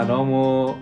سلام و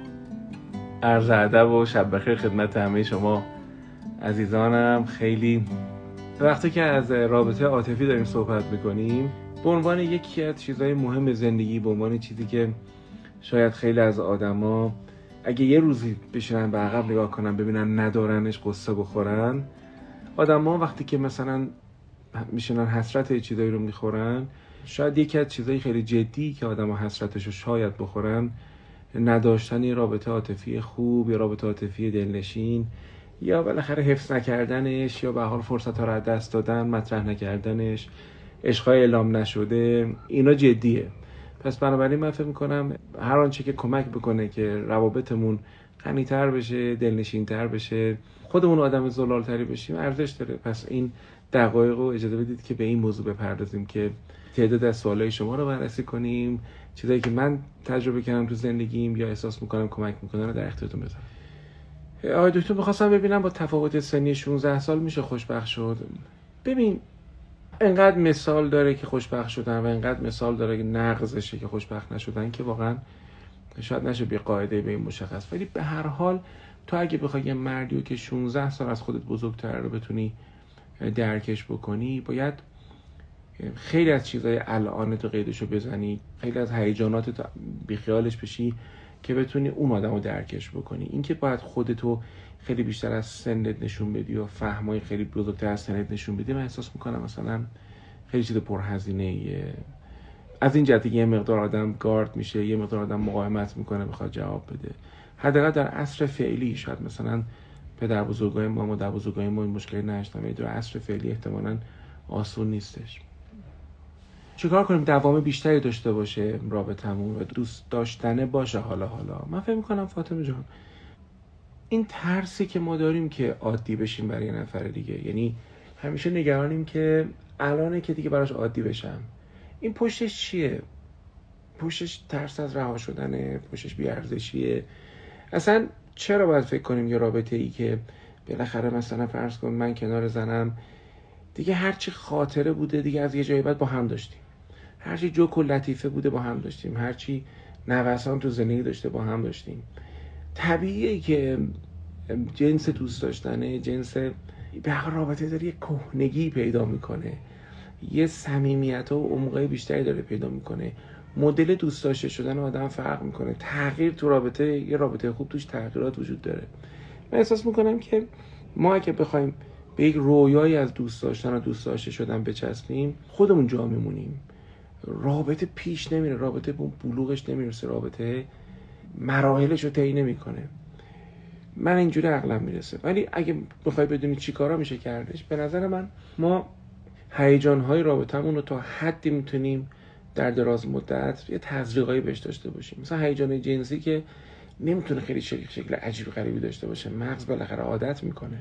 عرض ادب و شب بخیر خدمت همه شما عزیزانم. خیلی وقتی که از رابطه عاطفی داریم صحبت میکنیم به عنوان یکی از چیزهای مهم زندگی، به عنوان چیزی که شاید خیلی از آدما اگه یه روزی بشینن به عقب نگاه کنن ببینن ندارنش قصه بخورن. آدما وقتی که مثلا میشنن حسرت چیزایی رو میخورن، شاید یکی از چیزهای خیلی جدی که آدما حسرتش رو شاید بخورن نداشتن یه رابطه عاطفی خوب یا رابطه عاطفی دلنشین، یا بالاخره حفظ نکردنش، یا به حال فرصت‌ها رو از دست دادن، مطرح نکردنش، عشقای اعلام نشده، اینا جدیه. پس بنابراین من فکر می‌کنم هر آنچه که کمک بکنه که روابطمون غنی‌تر بشه، دلنشین‌تر بشه، خودمون آدم زلال‌تری بشیم ارزش داره. پس این دقایق رو اجازه بدید که به این موضوع بپردازیم که تعداد از سوالای شما رو بررسی کنیم، چیزایی که من تجربه کردم تو زندگیم یا احساس میکنم کمک میکنه رو در اختیارتون بذارم. آقای دکتر میخواستم ببینم با تفاوت سنی 16 سال میشه خوشبخت شد؟ ببین، انقدر مثال داره که خوشبخت شدن و انقدر مثال داره که نقضشه که خوشبخت نشدن که واقعا شاید نشه بی قاعده به این مشخص. ولی به هر حال تو اگه بخوای یه مردیو که 16 سال از خودت بزرگتر رو بتونی درکش بکنی، باید خیلی از چیزای الانت رو قیدشو بزنی، خیلی از هیجاناتت بیخیالش بشی که بتونی اون آدم رو درکش بکنی. این که باید خودتو خیلی بیشتر از سنت نشون بدی و فهمای خیلی بزرگتر از سنت نشون بدی، من احساس میکنم مثلا خیلی چیز پرهزینه‌ایه. از این جهت یه مقدار آدم گارد میشه، یه مقدار آدم مقاومت میکنه بخواد جواب بده. حداقل در عصر فعلی، شاید مثلا پدر بزرگای ما، مادر بزرگای ما این مشکلی نداشتن، ولی در عصر فعلی احتمالاً آسون نیستش. چیکار کنیم دوام بیشتری داشته باشه رابطمون و دوست داشتنه باشه؟ حالا من فکر میکنم فاطمه جان، این ترسی که ما داریم که عادی بشیم برای یه نفر دیگه، یعنی همیشه نگرانیم که الانه که دیگه براش عادی بشم. این پشتش چیه؟ پشتش ترس از رها شدنه، پشتش بی‌ارزشیه. اصلا چرا باید فکر کنیم یه رابطه ای که بالاخره مثلا فرض کن من کنار زنم دیگه هرچی خاطره بوده دیگه از یه جایی بعد با هم داشتیم، هرچی جوک و لطیفه بوده با هم داشتیم، هرچی نوسان تو زندگی داشته با هم داشتیم. طبیعیه که جنس دوست داشتنه، جنس به هر رابطه داره یه کهنگی پیدا میکنه، یه صمیمیت و عمقای بیشتری داره پیدا میکنه. مدل دوست داشته شدن آدم فرق میکنه. تغییر تو رابطه، یه رابطه خوب توش تغییرات وجود داره. من احساس میکنم که ما اگه بخوایم به یک رویایی از دوست داشتن و دوست داشته شدن بچسبیم، خودمون جا میمونیم. رابطه پیش نمیره، رابطه به بلوغش نمیرسه، رابطه مراحلش رو طی نمیکنه. من اینجوری عقلم میرسه. ولی اگه بخوای بدونی چی کارا میشه کردش، به نظر من ما هیجانهای رابطمون رو تا حدی میتونیم در دراز مدت یه تزریقایی بهش داشته باشیم. مثلا هیجان جنسی که نمیتونه خیلی شکل عجیب غریبی داشته باشه، مغز بالاخره عادت میکنه.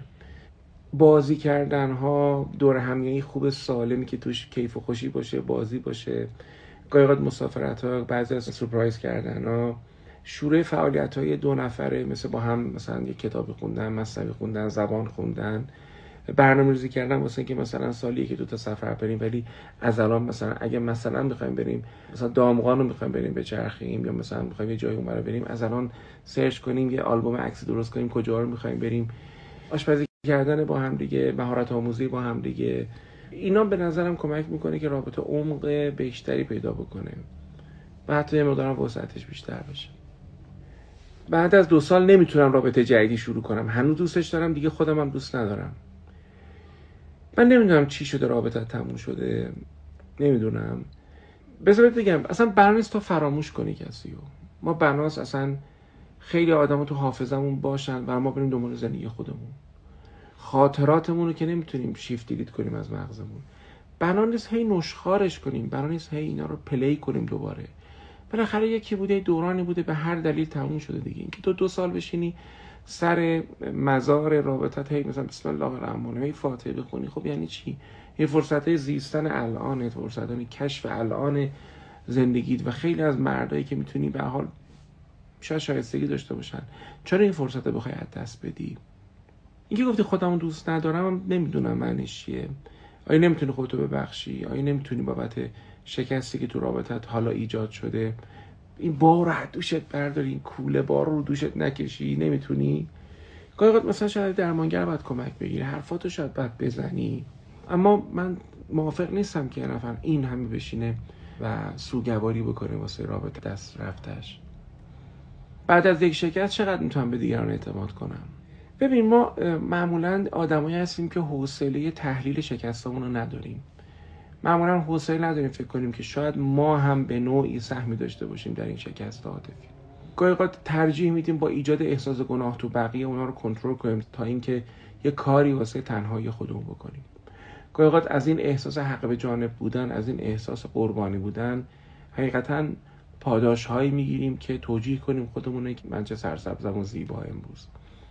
بازی کردن ها، دور همیه‌ای خوب سالمی که توش کیف و خوشی باشه، بازی باشه، گاهی اوقات مسافرت ها، بعضی از سورپرایز کردن ها، شروع فعالیت های دو نفره مثل با هم مثلا یک کتابی خوندن، مثنوی خوندن، زبان خوندن، برنامه‌ریزی کردن واسه اینکه مثلا سالی که 2 تا سفر بریم، ولی از الان مثلا اگه مثلا می‌خوایم بریم مثلا دامغان رو می‌خوایم بریم بچرخیم، یا مثلا می‌خوایم یه جایی اونورا بریم، از الان سرچ کنیم یه آلبوم عکسی درست کنیم کجا رو می‌خوایم بریم. آشپزی کردن با هم دیگه، مهارت آموزی با هم دیگه، اینا به نظرم کمک میکنه که رابطه عمق بیشتری پیدا بکنه و حتی یه مقدارم وسعتش بیشتر بشه. بعد از 2 سال نمیتونم رابطه جدیدی شروع کنم، هنوز دوستش دارم دیگه، خودم هم دوست ندارم. من نمیدونم چی شده، رابطه تموم شده، نمیدونم. بذارید بگم، اصلا بنا نیست تو فراموش کنی کسی رو. ما بناست اصلا خیلی آدم تو حافظمون باشن و ما بریم دنبال زندگی خودمون. خاطراتمون رو که نمیتونیم شیفت دیلیت کنیم از مغزمون. بنا نیست هی نشخارش کنیم، بنا نیست هی اینا رو پلی کنیم دوباره. بالاخره یکی بوده، دورانی بوده، به هر دلیل تموم شده دیگه. اینکه تو 2 سال بشینی سر مزار رابطت هی مثلا بسم الله الرحمن الرحیم هی فاتحه بخونی، خب یعنی چی؟ این فرصت زیستن الان، فرصت کشف الان زندگیت و خیلی از مردایی که میتونی به حال شاید شایستگی داشته باشن، چرا این فرصت رو بخوای از دست بدی؟ اینکه گفتی خودمو دوست ندارم، نمیدونم معنیش چیه. آیا نمیتونی خودتو ببخشی؟ آیا نمیتونی بابت شکستی که تو رابطت حالا ایجاد شده این بار رو دوشت برداری، این کوله بار رو دوشت نکشی، نمیتونی. گاهی اوقات مثلا شاید درمانگر باید کمک بگیره، حرفاتو شاید باید بزنی. اما من موافق نیستم که یه نفر این همه بشینه و سوگواری بکنه واسه رابطه دست رفتش. بعد از یک شکست چقدر میتونم به دیگران اعتماد کنم؟ ببین، ما معمولا آدمایی هستیم که حوصله تحلیل شکستامون رو نداریم. معمولا حوصله نداریم فکر کنیم که شاید ما هم به نوعی سهمی داشته باشیم در این شکست عاطفی. گاهی اوقات ترجیح میدیم با ایجاد احساس گناه تو بقیه اونا رو کنترل کنیم تا اینکه یه کاری واسه تنهایی خودمون بکنیم. گاهی اوقات از این احساس حق به جانب بودن، از این احساس قربانی بودن، حقیقتاً پاداش‌هایی میگیریم که توجیه کنیم خودمون که من چه سرسبزم و زیبا امروز.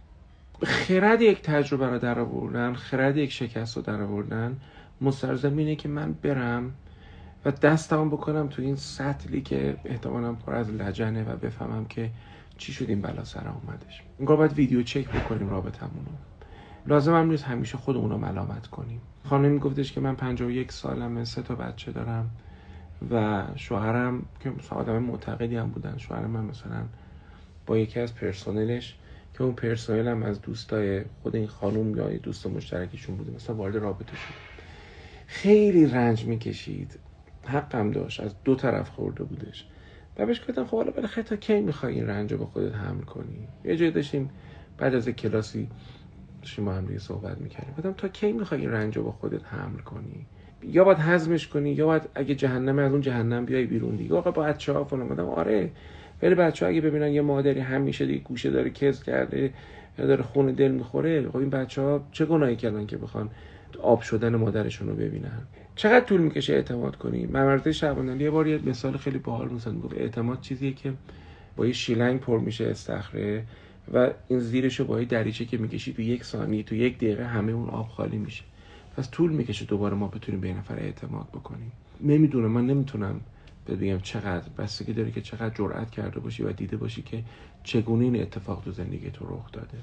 خرد یک تجربه رو در آوردن، خرد یک شکست رو در آوردن مستلزم اینه که من برم و دستم بکنم تو این سطلی که احتمالاً پر از لجنه و بفهمم که چی شد این بلا سر اومدش. اینگاه باید ویدیو چک بکنیم رابطمونو. لازم هم نیست همیشه خودمون رو ملامت کنیم. خانمی گفتش که من 51 سالمه، 3 تا بچه دارم و شوهرم که آدم معتقدی هم بودن، شوهرم من مثلا با یکی از پرسنلش که اون پرسنل هم از دوستای خود این خانم یا دوست مشترکشون بوده مثلا وارد رابطه شد. خیلی رنج میکشید، حقم داشت، از دو طرف خورده بودش. و بهش گفتم خب حالا بالاخره تا کی میخوای این رنج رو به خودت حمل کنی؟ یه جایی داشتیم بعد از کلاسی داشتیم با هم دیگه صحبت میکردیم، گفتم تا کی میخوای این رنج رو به خودت حمل کنی؟ یا باید هضمش کنی یا باید اگه جهنم از اون جهنم بیای بیرون دیگه. آقا با بچه‌ها فلان. گفتم آره، ولی بچه‌ها اگه ببینن یه مادری همیشه دیگه گوشه داره کز کرده یا داره خون دل میخوره، خب این بچه‌ها چه گناهی کردن که بخوان آب شدن مادرشون رو ببینن؟ چقدر طول میکشه اعتماد کنی؟ محمد شعبان یه بار یه مثال خیلی باحال میگفت اعتماد چیزیه که با یه شیلنگ پر میشه استخره و این زیرشو با یه دریچه که میکشی تو 1 ثانیه تو 1 دقیقه همه اون آب خالی میشه. پس طول میکشه دوباره ما بتونیم به این نفر اعتماد بکنیم. نمیدونم، من نمیتونم بگم چقدر، بستگی داره که چقدر جرأت کرده باشی و دیده باشی که چگونه این اتفاق تو زندگی تو رخ داده.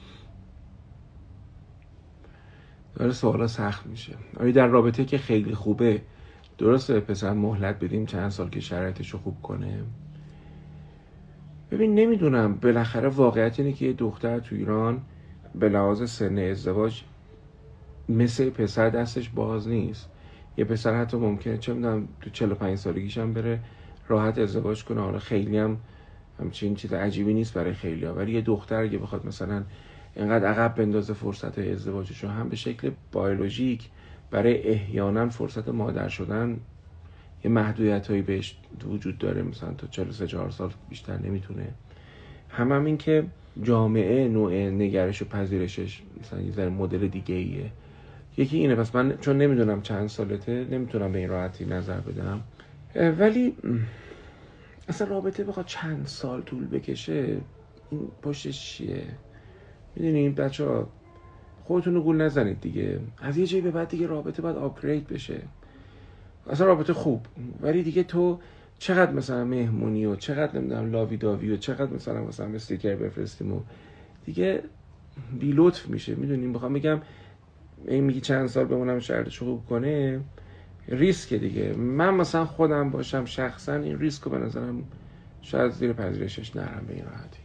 داره سوالا سخت میشه. آیا در رابطه که خیلی خوبه درسته پسر مهلت بدیم چند سال که شرایطشو خوب کنه؟ ببین نمیدونم، بالاخره واقعیت اینه که یه دختر تو ایران به لحاظ سن ازدواج مثل پسر دستش باز نیست. یه پسر حتی ممکنه چه میدونم تو 45 سالگیش هم بره راحت ازدواج کنه. حالا خیلی هم همچین چیز عجیبی نیست برای خیلی‌ها، ولی یه دختر اگه بخواد مثلا اینقدر عقب بندازه فرصت ازدواجش رو، هم به شکل بیولوژیک برای احیانا فرصت مادر شدن یه محدودیتایی بهش وجود داره، مثلا تا 43-4 سال بیشتر نمیتونه. هم این که جامعه نوع نگرش و پذیرشش مثلا یه ذره مدل دیگه ایه. یکی اینه. پس من چون نمیدونم چند سالته نمیتونم به این راحتی نظر بدم، ولی اصلا رابطه بخواد چند سال طول بکشه این پشتش چیه؟ میدونین بچه‌ها خودتون رو گول نزنید دیگه. از یه جایی به بعد دیگه رابطه باید آپگرید بشه. اصلا رابطه خوب، ولی دیگه تو چقدر مثلا مهمونی و چقدر نمیدونم لاوی داوی و چقدر مثلا استیکر بفرستیم و دیگه بی لطف میشه. میدونین بخوام بگم این میگی چند سال بمونم شرطش خوب کنه، ریسک دیگه. من مثلا خودم باشم شخصا این ریسک رو به نظرم شاید زیر پذیرشش نرم به این راحتی.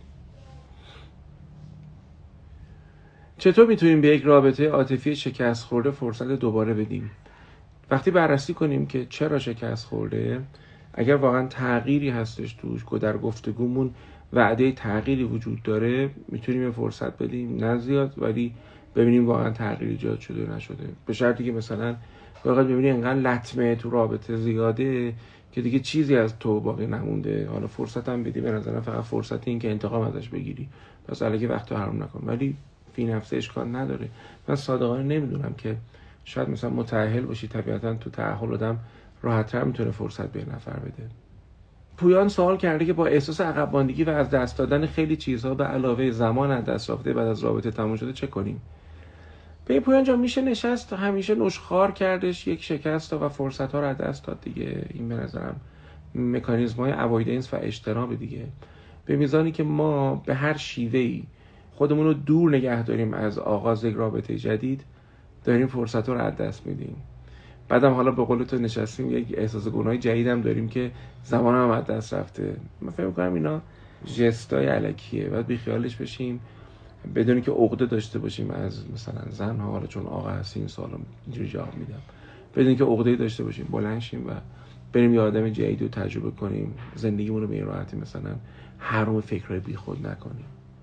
چطور میتونیم به یک رابطه عاطفی شکست خورده فرصت دوباره بدیم؟ وقتی بررسی کنیم که چرا شکست خورده، اگر واقعا تغییری هستش توش که در گفتگومون وعده تغییری وجود داره، میتونیم یه فرصت بدیم، نه زیاد، ولی ببینیم واقعا تغییری ایجاد شده یا نشده. به شرطی که مثلا واقعا ببینی انقدر لطمه تو رابطه زیاده که دیگه چیزی از تو باقی نمونده، حالا فرصت هم بدی. به نظرم فقط فرصت این که انتقام ازش بگیری، پس علیه وقت حرام نکن، ولی فی نفسه اشکال نداره. من صادقانه نمیدونم که شاید مثلا متأهل باشی، طبیعتا تو تأهل آدم راحت‌تر میتونه فرصت به نفر بده. پویان سوال کرده که با احساس عقب ماندگی و از دست دادن خیلی چیزها به علاوه زمان از دست رفته بعد از رابطه تموم شده چه کنیم؟ به پویان جان میشه نشست همیشه نشخوار کردش یک شکست و فرصت‌ها رو از دست داد دیگه. این به نظرم مکانیزم‌های اوایدنس و اجتناب دیگه. به میزانی که ما به هر شیوه‌ای خودمون رو دور نگه داریم از آغاز یک رابطه جدید، داریم فرصت‌ها رو از دست میدیم. بعدم حالا به قول تو نشستیم یک احساس گناه جدیدم داریم که زمانم از دست رفته. من فکر می‌کنم اینا ژستای الکیه، بعد بیخیالش بشیم بدون که عقده داشته باشیم از مثلا زن‌ها. حالا چون آقا هستیم سوالو اینجوری جواب میدم، بدون که عقده‌ای داشته باشیم بلند شیم و بریم یه آدم جدید رو تجربه کنیم، زندگیمون رو به این راحتی مثلا حروم فکرای بیخود نکنیم.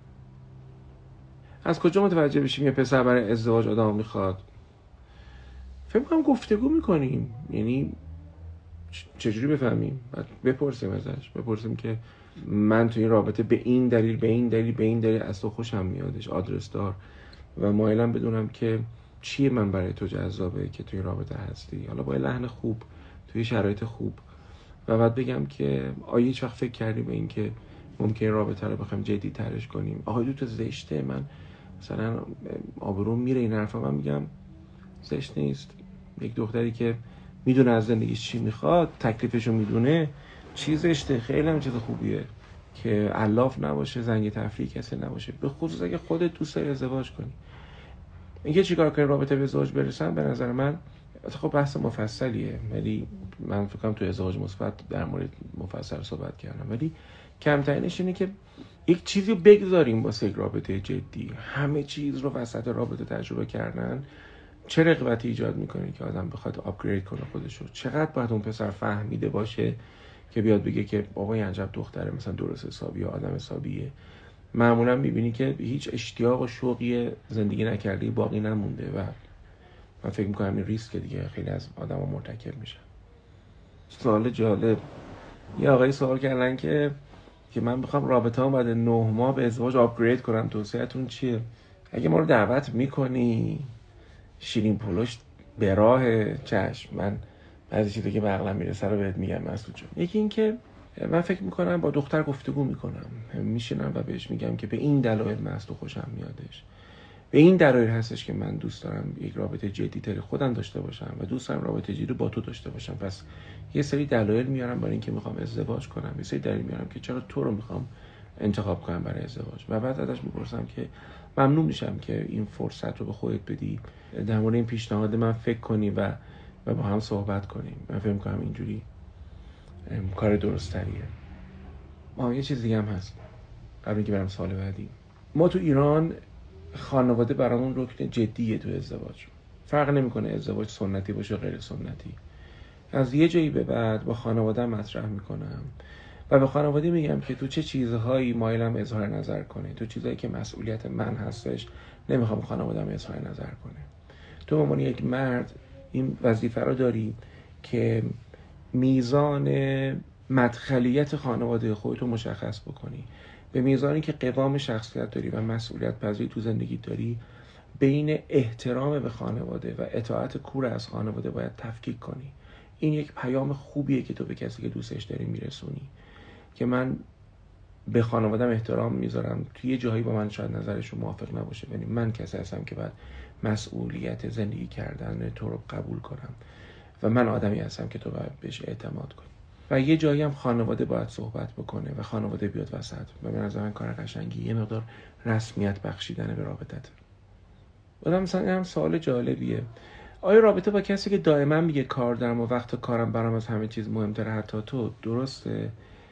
از کجا متوجه بشیم یه پسر برای ازدواج آدم میخواد؟ فکر کنم گفتگو میکنیم. یعنی چجوری بفهمیم؟ بعد بپرسیم ازش، بپرسیم که من تو این رابطه به این دلیل به این دلیل به این دلیل از تو خوشم میادش، آدرس دار و مایلم بدونم که چیه من برای تو جذابه که تو این رابطه هستی، حالا با لحن خوب توی شرایط خوب. و بعد بگم که آیا هیچ وقت فکر کردی به این که ممکن رابطه رو بخوایم جدی ترش کنیم؟ آهای تو زشته، من مثلا آبروم میره این حرفا. من میگم زشت نیست. یک دختری که میدونه از زندگیش چی میخواد، تکلیفشو میدونه، چی زشته؟ خیلی هم چیز خوبیه که علاف نباشه، زنگ تفریح کسی نباشه، به خصوص اگه خودت دوست داری ازدواج کنی. اینکه چیکار کنی رابطه به ازدواج برسن، به نظر من خب بحث مفصلیه، ولی من فکر کنم تو ازدواج مثبت در مورد مفصل صحبت کردم، ولی کمترینش اینه که یک چیزی رو بگذاریم واسه یک رابطه جدی. همه چیز رو وسط رابطه تجربه کردن چه رغبتی ایجاد میکنه که آدم بخواد آپگرید کنه خودشو. چقدر باید اون پسر فهمیده باشه که بیاد بگه که بابا یه عجب دختره مثلا درست حسابی یا آدم حسابیه. معمولا میبینی که هیچ اشتیاق و شوقی زندگی نکردی باقی نمونده و من فکر میکنم این ریسک دیگه خیلی از آدم ها مرتکب میشن. سوال جالب، یه آقایی سوال کردن که من میخوام رابطه هم بعد 9 ماه به ازدواج آپگرید کنم، توصیه‌تون چیه؟ اگه ما رو دعوت میکنی شیرین پلوش به راه چشم، من بعضی چیزا که به عقلم میرسه رو بهت میگم مسعود جان. یکی این که من فکر میکنم با دختر گفتگو میکنم، میشینم و بهش میگم که به این دلایل من از تو خوشم میادش، به این دلایل هستش که من دوست دارم یک رابطه جدی تری خودم داشته باشم و دوست دارم رابطه جدی با تو داشته باشم. پس یه سری دلایل میارم برای اینکه میخوام ازدواج کنم، یه سری دلیل میارم که چرا تو رو میخوام انتخاب کنم برای ازدواج. و بعد ازش میپرسم که ممنون میشم که این فرصت رو به خودت بدی، در مورد این پیشنهاد من فکر کنی و با هم صحبت کنیم. من فکر می‌کنم اینجوری کار درست تریه. یه چیز دیگه هم هست قبل اینکه برم سوال بعدی. ما تو ایران خانواده برامون رکن جدیه تو ازدواج. فرق نمیکنه ازدواج سنتی باشه غیر سنتی. از یه جایی به بعد با خانواده مطرح میکنم و به خانواده میگم که تو چه چیزهایی مایلم اظهار نظر کنه، تو چیزهایی که مسئولیت من هستش نمیخوام خانواده‌ام اظهار نظر کنه. تو به عنوان یک مرد این وظیفه رو داری که میزان مدخلیت خانواده خودت رو مشخص بکنی، به میزانی که قوام شخصیت داری و مسئولیت پذیری تو زندگی داری، بین احترام به خانواده و اطاعت کور از خانواده باید تفکیک کنی. این یک پیام خوبیه که تو به کسی که دوستش داری میرسونی که من به خانواده‌ام احترام میذارم. توی یه جایی با من شاید نظرشون موافق نباشه، ولی من کسی هستم که باید مسئولیت زندگی کردن تو رو قبول کنم و من آدمی هستم که تو باید بهش اعتماد کنی. و یه جایی هم خانواده باید صحبت بکنه و خانواده بیاد وسط و به نظر من کار قشنگی یه مقدار رسمیت بخشیدن به رابطت. بعدم مثلا این هم سوال جالبیه، آیا رابطه با کسی که دائما میگه کار دارم و وقت کارم برام از همه چیز مهمتره حتی تو درسته؟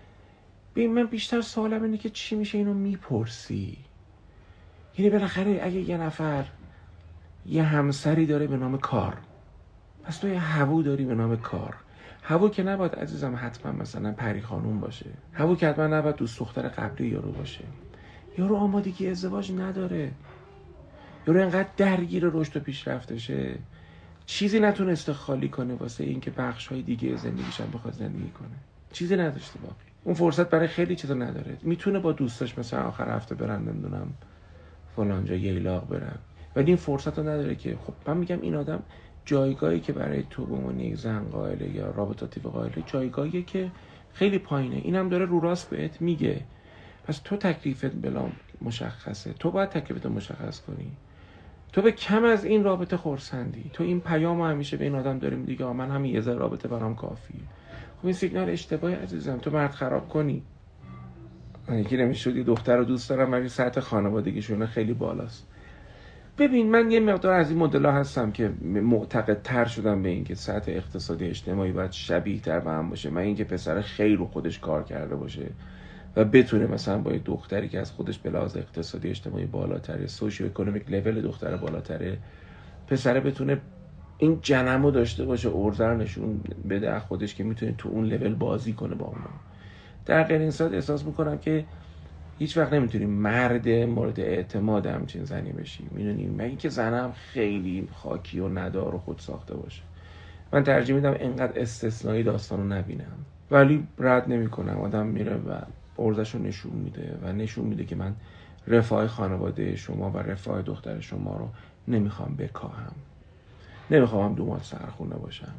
ببین من بیشتر سوالم اینه که چی میشه اینو میپرسی؟ یعنی بالاخره اگه یه نفر یه همسری داره به نام کار، پس تو یه هوو داری به نام کار. هوو که نباید عزیزم حتما مثلا پری خانوم باشه، هوو که حتما نباید دوست دختر قبلی یارو باشه. یارو آمادگی ازدواج نداره، یارو انقدر درگیر رشد و پیشرفتشه چیزی نتونسته خالی کنه واسه این که بخش‌های دیگه زندگیش هم بخواد زندگی کنه، چیزی نداشته باقی. اون فرصت برای خیلی چیزا نداره. میتونه با دوستاش مثلا آخر هفته برن نمیدونم فلان جا ییلاق برن، ولی این فرصت رو نداره که خب من میگم این آدم جایگاهی که برای تو به عنوان یک زن قائله یا رابطاتیو قائله جایگاهیه که خیلی پایینه. اینم داره رو راست بهت میگه. پس تو تکلیفت بلا مشخصه، تو باید تکلیفتو مشخص کنی. تو به کم از این رابطه خرسندی، تو این پیامو همیشه به این آدم داری میدی که من همین یه ذره رابطه برام کافیه. خب این سیگنال اشتباهی عزیزم، تو مرد خراب کنی. من یکی نمیشد یه دختر رو دوست دارم ولی سطح خانوادگیشون خیلی بالاست، ببین من یه مقدار از این مدل‌ها هستم که معتقد تر شدم به این که سطح اقتصادی اجتماعی باید شبیه تر به هم باشه. من اینکه پسر خیر رو خودش کار کرده باشه و بتونه مثلا با یه دختری که از خودش به لحاظ اقتصادی اجتماعی بالاتره، سوشیو اکونومیک لول دختر بالاتره، پسره بتونه این جنمو داشته باشه، ارزه رو نشون بده از خودش که میتونه تو اون لول بازی کنه با اونا. در غیر این صورت احساس میکنم که هیچ وقت نمیتونی مرد مورد اعتماد همچین زنی بشی. میدونی من اینکه زنم خیلی خاکی و ندار و خود ساخته باشه، من ترجیح میدم اینقدر استثنایی داستانو نبینم. ولی رد نمیکنم، آدم میره و ارزشو نشون میده و نشون میده که من رفاه خانواده شما و رفاه دختر شما رو نمیخوام بکاهم، نمیخوام هم دومات سرخونه باشم.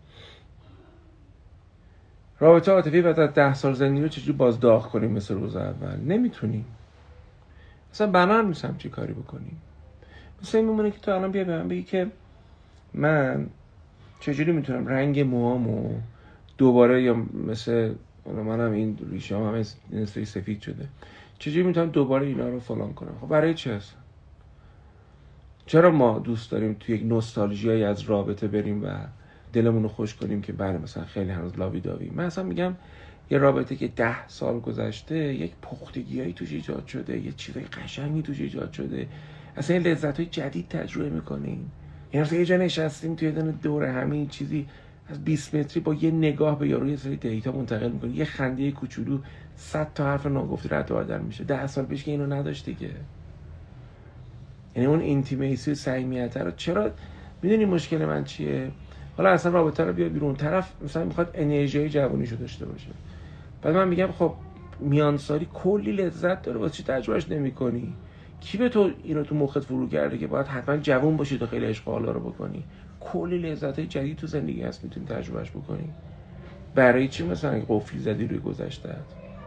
رابطه عاطفی بعد از 10 سال زندگی رو چجوری بازداغ کنیم مثل روز اول؟ نمیتونیم. اصلا بنا نیستم چی کاری بکنیم. مثلا این میمونه که تو الان بیا به من بگی که من چجوری میتونم رنگ موهامو دوباره، یا مثل منم این ریشه هم نصفی سفید شده، چجوری میتونم دوباره اینا رو فلان کنم؟ خب برای چه هست؟ چرا ما دوست داریم توی یک نوستالژیایی از رابطه بریم و دلمون رو خوش کنیم که بله مثلا خیلی هنوز لاوی داوی؟ من اصلا میگم یه رابطه که 10 سال گذشته، یک پختگیایی توش ایجاد شده، یه چیزای قشنگی توش ایجاد شده، اصلا یه لذت‌های جدید تجربه می‌کنیم. یعنی مثلا یه جا نشستیم توی دور همین چیزی از 20 متری با یه نگاه به یارو یه سری دیتا منتقل می‌کنی، یه خنده کوچولو 100 تا حرف ناگفته رد و بدل میشه. 10 سال پیش که اینو نداشت دیگه. یعنی اون اینتیمیسی و صمیمیت رو چرا؟ میدونی مشکل من چیه؟ حالا اصلا رابطه رو بیا بیرون، طرف مثلا میخواد انرژی جوونیشو داشته باشه، بعد من میگم خب میانسالی کلی لذت داره، واسه چی تجربهش نمی‌کنی؟ کی به تو اینو تو مخت فرو کرده که باید حتما جوون باشی تا خیلی عشق حالا رو بکنی؟ کلی لذت‌های جدید تو زندگی هست میتونی تجربهش بکنی. برای چی مثلا قفلی زدی روی گذشته‌ات؟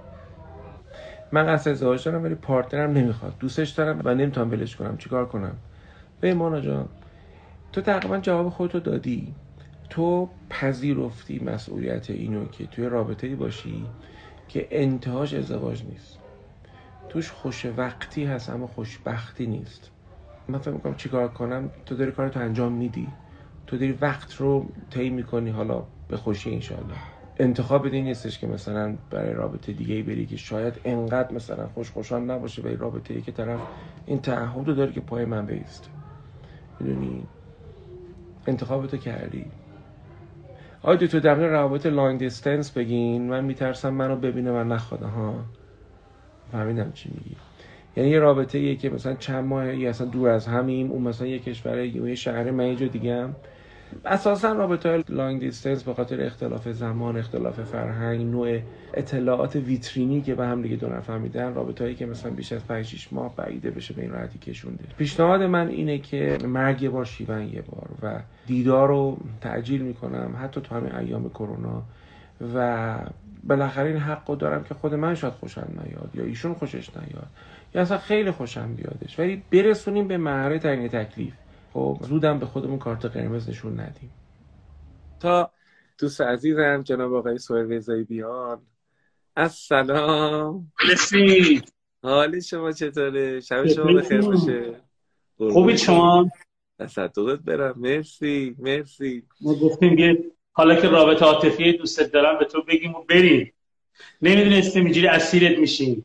من قصد ازدواج دارم ولی پارتنرم نمیخواد، دوستش دارم و نمیتونم ولش کنم، چیکار کنم؟ ببین مانا جان، تو تقریبا جواب خودتو دادی. تو پذیرفتی مسئولیت اینو که توی رابطه‌ای باشی که انتهاش ازدواج نیست، توش خوش وقتی هست اما خوشبختی نیست. من فکر میکنم چیکار کنم، تو داری کارتو انجام میدی، تو داری وقت رو طی میکنی، حالا به خوشی انشالله. انتخاب این نیستش که مثلا برای رابطه دیگه بری که شاید انقدر مثلا خوشحال نباشه، برای رابطه ای که طرف این تعهد رو داره که پای من بیست. میدونی انتخابتو کردی. آیا تو در مورد روابط لانگ دیستنس بگین؟ من میترسم منو ببینه من نخواد. ها فهمیدم چی میگی. یعنی یه رابطه ایه که مثلا چند ماهی اصلا دور از همیم، اون مثلا یه کشوره، یه شهر، من یه جا دیگه هم. اساسا رابطه لانگ دیستنس به خاطر اختلاف زمان، اختلاف فرهنگ، نوع اطلاعات ویترینی که به هم دیگه دو نفر میدن، رابطه‌ای که مثلا بیش از 5 6 ماه بعیده بشه به این راحتی کشونده. پیشنهاد من اینه که مرگ یه بار شیون یه بار، و دیدار رو تعجیل میکنم حتی تو همین ایام کرونا، و بالاخره این حقو دارم که خود من شاید خوشم نیاد یا ایشون خوشش نیاد یا اصلا خیلی خوشم بیادش، ولی برسونیم به مرحله تعیین تکلیف. خب زودم به خودمون کارت قرمز نشون ندیم. تا دوست عزیزم جناب آقای سهیل رضایی بیان. السلام. مرسی. حال شما چطوره؟ شب شما بخیر باشه. خوبی شما؟ تصدقت برم. مرسی مرسی. ما گفتیم یه حالا که رابطه عاطفی دوستت دارم به تو بگیم و بریم، نمیدونستیم اینجوری اسیرت میشیم.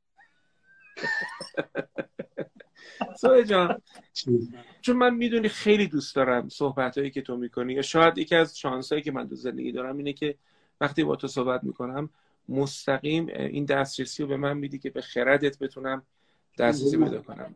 سهیل جان، چون من میدونی خیلی دوست دارم صحبتایی که تو میکنی، یا شاید یکی از شانسایی که من تو زندگی دارم اینه که وقتی با تو صحبت میکنم مستقیم این دسترسی رو به من میدی که به خردت بتونم دسترسی پیدا کنم.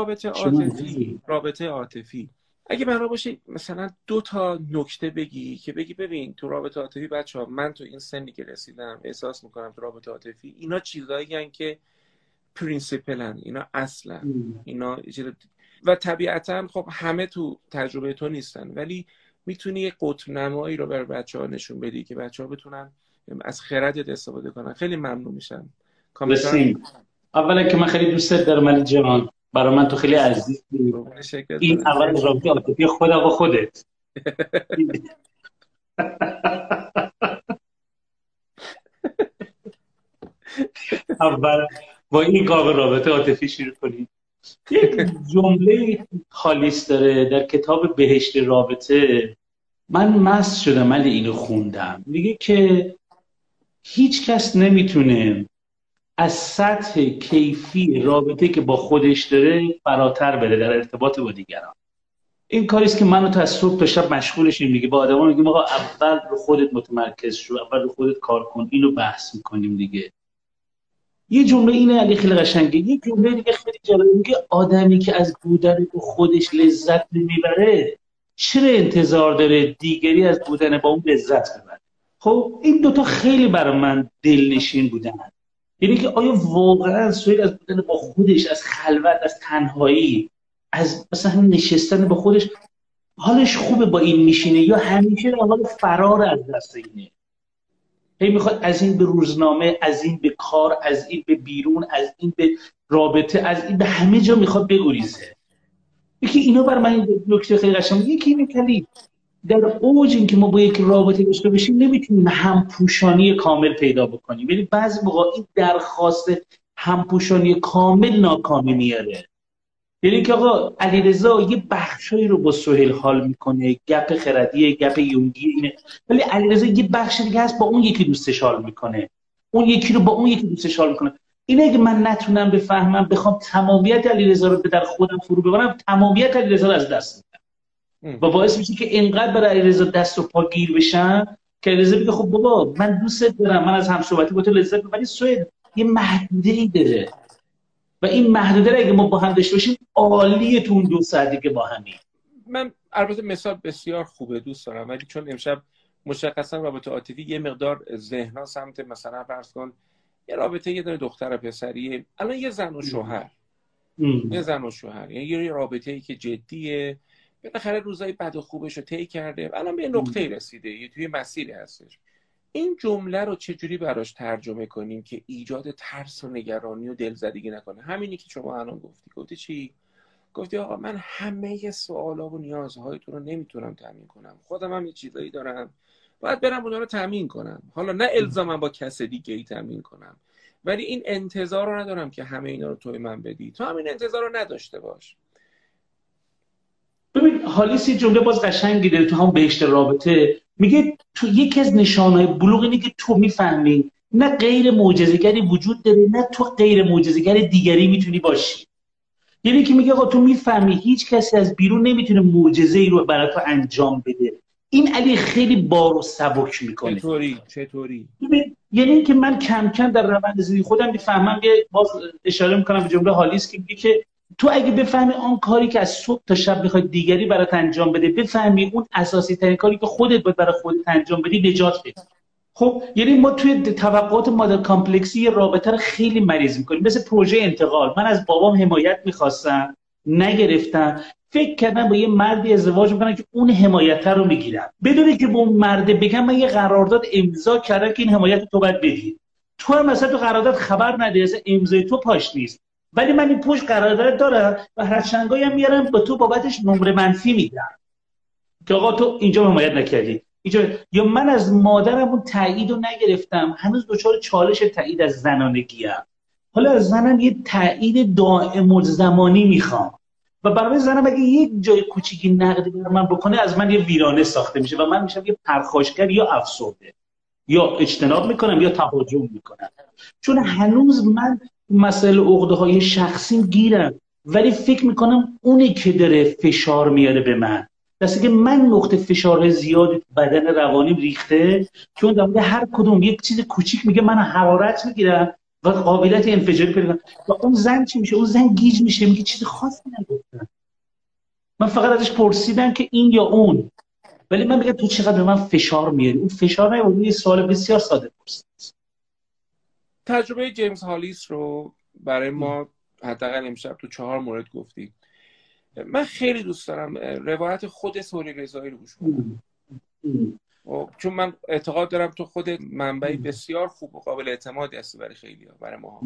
رابطه عاطفی اگه بنا باشه مثلا 2 تا نکته بگی که بگی ببین تو رابطه عاطفی بچه‌ها، من تو این سنی که رسیدم احساس میکنم تو رابطه عاطفی اینا چیزایی هستن که پرینسیپلن، اینا اصلا، اینا و طبیعتا خب همه تو تجربه تو نیستن، ولی میتونی یه قطب نمایی رو برای بچه‌ها نشون بدی که بچه‌ها بتونن از خردت استفاده کنن. خیلی ممنون میشم. رسیم. اولا که من خیلی دوستت دارم علی جان، برای من تو خیلی عزیزی. این اول رابطه عاطفی خودم و خودت. اول با این قابل رابطه عاطفی شروع کنیم. یک جمله خالیس داره در کتاب بهشت رابطه، من مست شدم ولی اینو خوندم، میگه که هیچ کس نمیتونه از سطح کیفی رابطه که با خودش داره فراتر بره در ارتباط با دیگران. این کاریست که منو تا صبح تا شب مشغولشیم دیگه. با آدما میگیم آقا اول رو خودت متمرکز شو، اول رو خودت کار کن، اینو بحث میکنیم دیگه. یه جمله اینه علی خیلی قشنگه. یه جمله دیگه خیلی جالبه، میگه آدمی که از بودن با خودش لذت نمیبره چرا انتظار داره دیگری از بودن با اون لذت ببره؟ خب این دوتا خیلی برای من دلنشین بودن. یعنی که آیا واقعا سویل از بودن با خودش، از خلوت، از تنهایی، از مثلا نشستن با خودش حالش خوبه، با این میشینه، یا همیشه در حال فرار از دست اینه؟ هی میخواد از این به روزنامه، از این به کار، از این به بیرون، از این به رابطه، از این به همه جا میخواد بگریزه. یکی اینا بر من این نکته خیلی قشنگه. یکی اینه کلی در اوج این که ما با یک رابطه داشته باشیم نمیتونیم همپوشانی کامل پیدا بکنیم. یعنی بعضی موقع این درخواست همپوشانی کامل ناکامی میاره. یعنی که آقا علیرضا یه بخشایی رو با سهیل حال میکنه، گپ خردیه، گپ یونگی اینه، ولی علیرضا یه بخش دیگه هست با اون یکی دوستش حال میکنه، اون یکی رو با اون یکی دوستش حال میکنه. اینه که من نتونم بفهمم، بخوام تمامیت علیرضا رو به در خودم فرو ببرم، تمامیت علیرضا رو از دست میدم و باعث میشه که اینقدر برای علیرضا دست و پا گیر بشم که علیرضا بگه خب بابا من دوستت دارم، من از همصحبتی با تو لذت میبرم، ولی سهیل یه محدوده‌ای داره و این محدوده رو اگه ما با هم داشته باشیم عالیه تو اون 2 ساعتی که با همیم. من البته مثال بسیار خوبه، دوست دارم، ولی چون امشب مشخصا رابطه عاطفی یه مقدار ذهن‌ها سمت مثلا فرض کن یه رابطه یه دونه دختر و پسریه، الان یه زن و شوهر، یه زن و شوهر، یعنی یه رابطه‌ای که جدیه، بالاخره روزای بد و خوبش رو طی کرده، الان به نقطه‌ای رسیده، یه توی مسیری هستش. این جمله رو چجوری براش ترجمه کنیم که ایجاد ترس و نگرانی و دلزدگی نکنه؟ همینی که شما الان گفتی چی؟ گفتی آقا من همه سوالا و نیازهایتون رو نمیتونم تامین کنم، خودم هم یه چیزایی دارم باید برم اونها رو تامین کنم، حالا نه الزاما با کس دیگه ای تامین کنم، ولی این انتظار رو ندارم که همه اینا رو توی من بدی، تو همین انتظار رو نداشته باش. ببین حالیس یه جمله باز قشنگی داره تو هم بهشت رابطه، میگه تو یکی از نشانهای بلوغ اینه که تو میفهمی نه غیر معجزه‌گری وجود داره، نه تو غیر معجزه‌گر دیگری میتونی باشی. یعنی که میگه آقا تو میفهمی هیچ کسی از بیرون نمیتونه معجزه‌ای رو برای تو انجام بده. این علی خیلی بار و سبک میکنه. چطوری؟ یعنی که من کم کم در روند زندگی خودم میفهمم، یه باز اشاره میکنم به جمله حالیس که میگه که تو اگه بفهمی آن کاری که از صبح تا شب میخوای دیگری برات انجام بده، بفهمی اون اساسی ترین کاری که خودت باید برای خودت انجام بدی، نجات بدی. خب یعنی ما توی توقعات مادر کامپلکسی رابطه رو خیلی مریض میکنیم، مثل پروژه انتقال. من از بابام حمایت میخواستم، نگرفتم، فکر کردم با یه مردی ازدواج میکنم که اون حمایت رو میگیرم، بدون که به اون مرد بگم من یه قرارداد امضا کردم که این حمایت تو باید بدی. تو هم مثلا تو قرارداد خبر نداری، اصلا امضای تو پاش نیست، ولی من این پشت قرارداد دارم و هر چنگایی هم میارم با تو بابتش نمره منفی میدم که آقا تو اینجا حمایت نکردی اینجا. یا من از مادرم اون تایید رو نگرفتم، هنوز دچار چالش تایید از زنانگی ام، حالا از زنم یه تایید دائم الزمانی میخوام و برای زنم اگه یک جای کوچیکی نقدی بر من بکنه از من یه ویرانه ساخته میشه و من میشم یه پرخاشگر یا افسرده، یا اجتناب میکنم یا تهاجم میکنم، چون هنوز من مسائل عقده های شخصیم گیرم، ولی فکر میکنم اونی که داره فشار میاره به من، دسته که من نقطه فشار زیادی تو بدن روانیم ریخته که اون در هر کدوم یک چیز کوچیک میگه من حرارت میگیرم و قابلیت انفجاری پیدا کنم. و اون زن چی میشه؟ اون زن گیج میشه، میگه چیز خاصی نگفتم، من فقط ازش پرسیدم که این یا اون، ولی من میگم تو چقدر به من فشار میاری. اون فشار نه، یه سوال بسیار ساده پرسید. تجربه جیمز هالیس رو برای ما حداقل امشب تو 4 مورد گفتی. من خیلی دوست دارم روایت خود سهیل رضایی رو گوش کنم، چون من اعتقاد دارم تو خود منبعی بسیار خوب و قابل اعتمادی هستی برای خیلی‌ها، برای ما.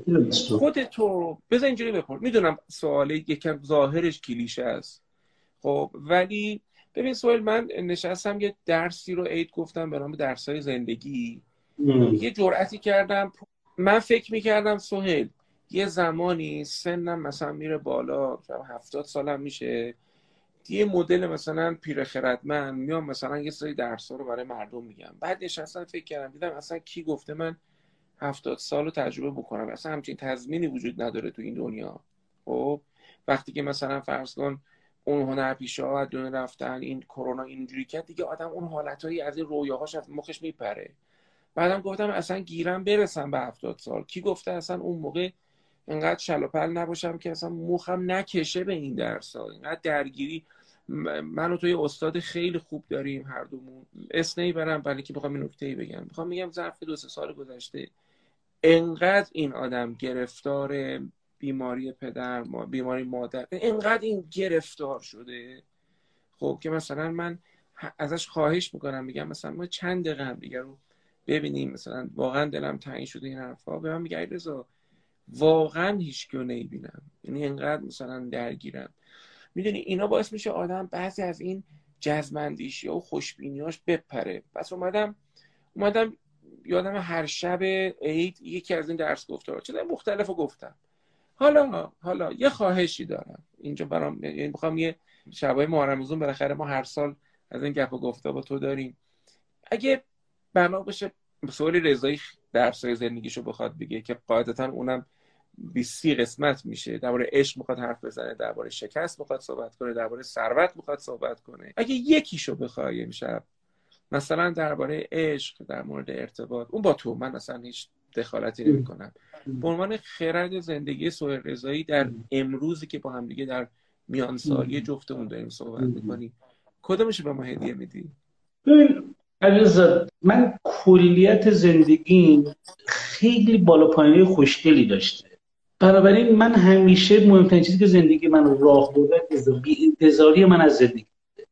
خودتو بذار اینجوری بپرس. میدونم سوال یکم ظاهرش کلیشه است، خب ولی ببین سهیل، من نشستم یه درسی رو عید گفتم به نام درس‌های زندگی. یه جرأتی کردم، من فکر می‌کردم سهیل یه زمانی سنم مثلا میره بالا، 70 سالم میشه، یه مدل مثلا پیر خردمند میام مثلا یه سری درس‌ها رو برای مردم میگم. بعد نشستم فکر کردم، دیدم اصلا کی گفته من 70 سال رو تجربه بکنم؟ اصلا همچین تضمینی وجود نداره تو این دنیا. خب وقتی که مثلا فرض کن اون هنرپیشه ها از دنیا رفتن، این کرونا اینجوری کرد دیگه، آدم اون حالتهایی از این رویاهاش از مخش میپره. بعدم گفتم اصلا گیرم برسم به 70 سال، کی گفته اصلا اون موقع انقدر شلوپل نباشم که اصلا مخم نکشه به این درس ها، اینقدر درگیری. من و توی استاد خیلی خوب داریم هر دومون، اسم نمیبرم ولی که بخوام این نکته ای بگم، میخوام میگم ظرف 2-3 سال گذشته انقدر این آدم گرفتار بیماری پدر، بیماری مادر، انقدر این گرفتار شده، خب که مثلا من ازش خواهش میکنم، میگم مثلا ما چند دقیقه هم دیگه رو ببینیم، مثلا واقعا دلم تنگ شده این حرفا. به من میگه علیرضا واقعا هیچ کیو نمیبینم، یعنی انقدر مثلا درگیرم. میدونی اینا باعث میشه آدم بعضی از این جزمندیشی و خوشبینیاش بپره. پس اومدم یادم هر شب عید یکی از این درس گفتار چیزای مختلف رو گفتم. حالا یه خواهشی دارم اینجا برام، یعنی میخوام یه شبای محرم بالاخره ما هر سال از این گپ و گفتا با تو داریم، اگه بنا باشه سوالی رضایی درسای زندگیشو بخواد بگه که قاعدتا اونم 20 قسمت میشه، درباره عشق میخواد حرف بزنه، درباره شکست میخواد صحبت کنه، درباره ثروت میخواد صحبت کنه، اگه یکیشو بخوای امشب مثلا درباره عشق، در مورد ارتباط، اون با تو، من اصلا هیچ دخالتی نمی کنم، به عنوان خرد زندگی سهیل رضایی در امروزی که با هم دیگه در میان سالی جفتمون داریم صحبت میکنیم، کدومشو به ما هدیه میدی؟ ببین علیرضا، من کلیت زندگیم خیلی بالا پایینی خوشگلی داشته، بنابراین من همیشه مهمترین چیزی که زندگی من راه برده بی انتظاری من از زندگی.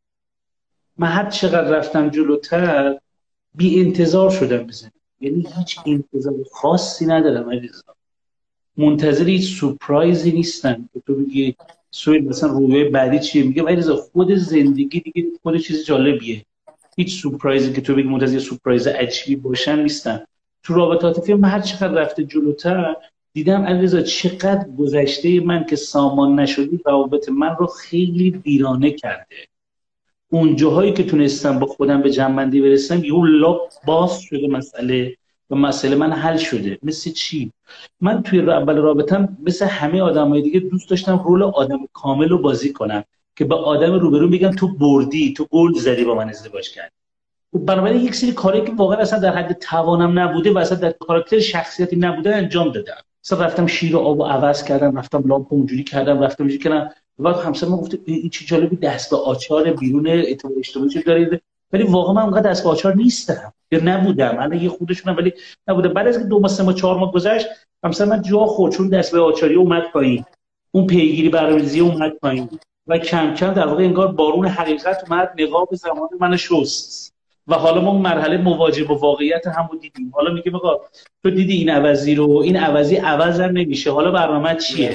من هر چقدر رفتم جلوتر بی انتظار شدم به زندگی، یعنی هیچ انتظار خاصی ندارم علیرضا، منتظر هیچ سورپرایزی نیستم که تو بگی سوی مثلا رویای بعدی چیه. میگم علیرضا خود زندگی دیگه خود چیز جالبیه، هیچ سورپرایزی که تو بگی منتظر سورپرایز عجیبی باشن نیستم. تو رابطه عاطفی من هر چقدر رفته جلوتر دیدم علیرضا چقدر گذشته من که سامان نشدی روابط من رو خیلی ویرانه کرده. اون جاهایی که تونستم با خودم به جنبندی برسم یهو لاپ باز شده مسئله و مسئله من حل شده. مثل چی؟ من توی اول رابطم مثل همه آدمای دیگه دوست داشتم رول آدم کامل رو بازی کنم که به آدم روبرو بگم تو بردی، تو گل زدی با من ازدواج کردی. بنابراین یک سری کاری که واقعا اصلا در حد توانم نبوده و اصلا در کاراکتر شخصیتی نبوده انجام دادم. مثلا رفتم شیر و آبو عوض کردم، رفتم لامپ اونجوری کردم، رفتم اینجوری کردم. بعد همسرم گفت این چه جالبی دست به آچار بیرون اعتماد اجتماعی چه دارید، ولی واقعا من اونقدر دست به آچار نیستم یا نبودم، الان یه خودشونم ولی نبوده. بعد از 2 ماه 3 ماه 4 ماه گذشت همسر من جا خورد چون دست به آچاری اومد پایین، اون پیگیری برنامه‌ریزی اومد پایین و کم کم در واقع انگار بارون حقیقت اومد نقاب زمان من شست و حالا ما مرحله مواجهه با واقعیت همو دیدیم. حالا میگه آقا تو دیدی این عوضی رو، این عوضی عوض هم نمیشه، حالا برنامه چیه؟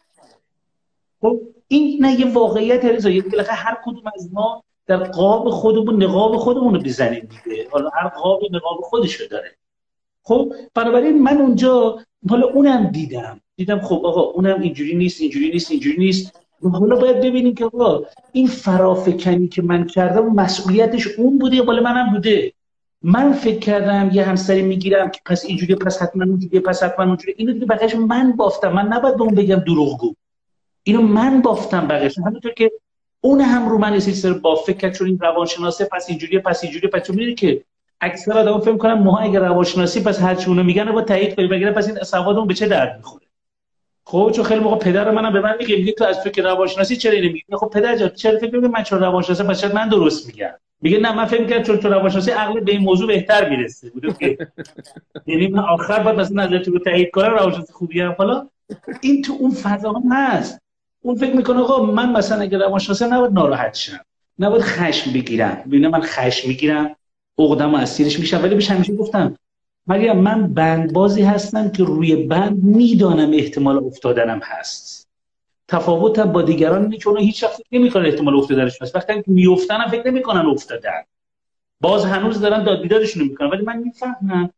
خب این نه یه واقعیت علیرضا، یه بالاخره هر کدوم از ما در قاب خودمون نقاب خودمون رو بزنیم دیگه، حالا هر قاب نقاب خودشو داره. خب بنابراین من اونجا حالا اونم دیدم خب آقا اونم اینجوری نیست اینجوری نیست اینجوری نیست. حالا باید ببینیم که آقا این فرافکنی که من کردم مسئولیتش اون بوده یا مال منم بوده. من فکر کردم یه همسری میگیرم که پس اینجوری پس حتما اونجوری پس حتما اونجوری، اینو دیگه بقیه‌اش من بافتم، من نباید به اون بگم دروغگو، اینو من بافتم بقیه‌اش. همونطور که اون هم رو من سر بافت کرد چون این روانشناسه پس اینجوریه پس اینجوریه، پس چون می‌دونی که اکثر آدم‌ها فکر می‌کنن ما اگه روانشناسی پس هر چی اونو میگن رو با تایید کنیم، مگه پس این سوادمون به چه درد می‌خوره؟ خب چون خیلی موقع پدر منم به من میگه تو از تو که روانشناسی چرا اینو میگی؟ خب پدر جان چرا فکر می‌کنی من چون روانشناسی پس شاید من درست میگم؟ میگه نه من فکر می‌کردم چون تو روانشناسی عقل به این موضوع بهتر میرسه بوده که یعنی من آخر بعد مثلا نظرت رو تایید کنم روانشناسی خوبیه. حالا این تو اون فضا هم هست. اون فکر میکنه آقا من مثلا اگه روانشناسی نباید ناراحت شم، نباید خشم بگیرم، ببینم من خشم میگیرم عقده‌مو اسیرش میشم. ولی بهش همیشه گفتم مریم من بندبازی هستم که روی بند میدانم احتمال افتادنم هست. تفاوتم با دیگران اینه که اونا هیچ وقت فکر نمیکنن احتمال افتادنش هست، وقتی که میافتنم فکر نمیکنن افتادن، باز هنوز دارن داد بیدادشون میکنن. ولی من میفهمم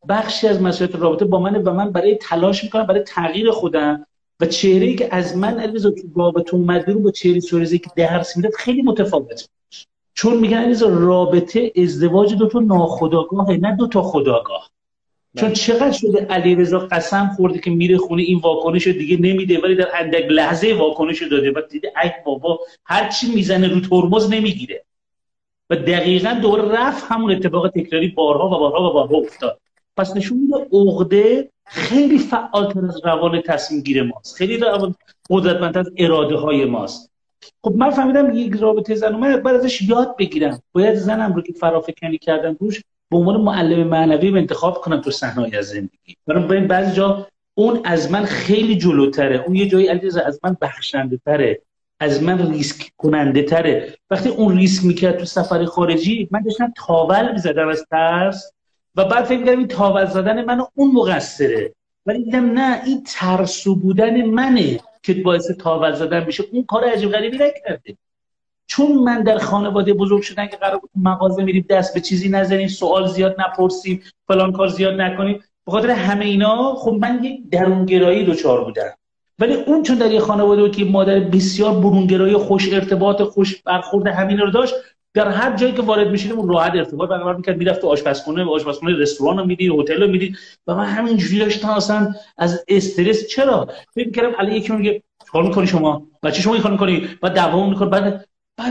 بخشی از مسئولیت رابطه با منه و من برای تلاش میکنم برای تغییر خودم و چهره‌ای که از من علیرضا تو رابطه اومده رو با چهره سوریزی که درس میداد خیلی متفاوت. چون میگن علیرضا رابطه ازدواج دو تا ناخودآگاهه نه دو تا خودآگاه. چون چقدر شده علیرضا قسم خورده که میره خونه این واکنش رو دیگه نمیده، ولی در اندک لحظه واکنش رو داده و دیده ای بابا هر چی میزنه رو ترمز نمیگیره و دقیقاً دوباره رفت همون اتفاق تکراری بارها و بارها و بارها افتاد. پس نشون میده عقده خیلی فعالتر از روان تصمیم گیر ماست، خیلی قدرتمندتر از اراده های ماست. خب من فهمیدم یک رابطه زن و مرد باید ازش یاد بگیرم، باید زنم رو که فرافکنی کردم روش به عنوان معلم معنوی انتخاب کنم تو صحنه‌ای از زندگی. برای بعضی جا اون از من خیلی جلوتره، اون یه جایی علیرضا از من بخشنده تره، از من ریسک کننده تره. وقتی اون ریسک میکرد تو سفر خارجی من داشتم تاول میزدم از ترس و بعد فکر کردم این تاول زدن منو اون مقصره، ولی دیدم نه این ترسو بودن منه که باعث تاول زدن میشه. اون کار عجیب غریبی نکرده. چون من در خانواده بزرگ شدم که قرار بود مغازه میریم دست به چیزی نزنیم، سوال زیاد نپرسیم، فلان کار زیاد نکنیم، به خاطر همه اینا خب من یک درونگرایی دچار بودم. ولی اون چون در یک خانواده بود که مادر بسیار برونگرایی، خوش ارتباط، خوش برخورد همین رو داشت، در هر جایی که وارد میشیدیم اون راحت ارتباط برقرار میکرد، میرفت تو آشپزخونه، رستوران رو میدید، هتل رو میدید و من همینجوری داشتم اصلا از استرس. چرا فکر میکردم علی یکی میگه کار میکنی شما بچه، شما این کار میکنی، بعد دوام میکنه، بعد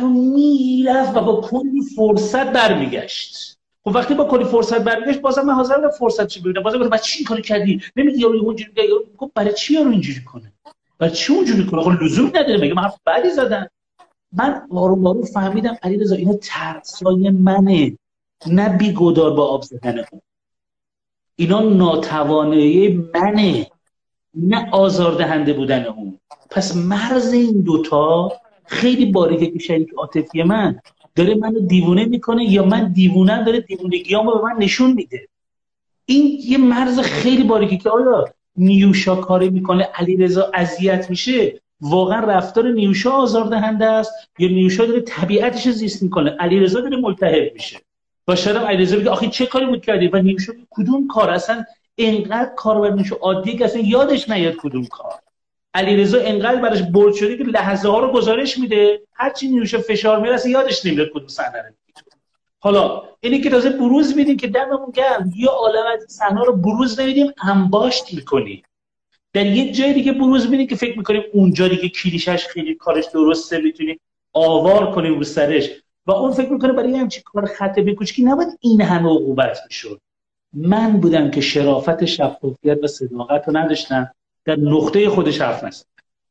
میرفت و با کلی فرصت برمیگشت. خب وقتی با کلی فرصت برمیگشت بازم من حاضر بودم فرصت چی ببینم، بازم گفتم چی کاری کردی، نمیگی یارو اونجوری میگه، یارو گفت برای چی یارو اینجوری کنه، برای چی اونجوری کنه، خب لزومی نداره، مگه من حرف بعدی زدم. من آروم آروم فهمیدم علیرضا اینا ترسای منه، نه بیگدار با آب زدن اون، اینا ناتوانایی منه، نه آزاردهنده بودن اون. پس مرز این دوتا خیلی باریکه که شریک عاطفی من داره منو دیوونه میکنه یا من دیوونه‌ام داره دیوونگیامو به من نشون میده. این یه مرز خیلی باریکه که آیا نیوشا کاری میکنه علیرضا اذیت میشه، واقعا رفتار نیوشا آزاردهنده است یا نیوشا داره طبیعتش زیست میکنه، علیرضا داره ملتهب میشه. و شاید علیرضا بگه آخه چه کاری بود کردی و نیوشا کدوم کار، اصلا اینقدر کار برنش عادیه که اصلا یادش نیاد کدوم کار. علیرضا اینقدر براش بولد شده که لحظه ها رو گزارش میده، هرچی نیوشا فشار میاره اصلا یادش نمیاد کدوم صحنه رو. حالا اینی که تازه بروز میدیم که دممون گرم، یه عالم از صحنه رو بروز نمیدیم، انباشت میکنیم در یه جای دیگه بروز میدیم که فکر میکنیم اونجا دیگه کلیشش خیلی کارش درسته، میتونیم آوار کنیم رو سرش و اون فکر میکنه برای همچین کار خطه کوچیکی نباید این همه عقوبت میشد. من بودم که شرافت شفافیت و صداقت رو نداشتم، در نقطه خودش حرف نزدم.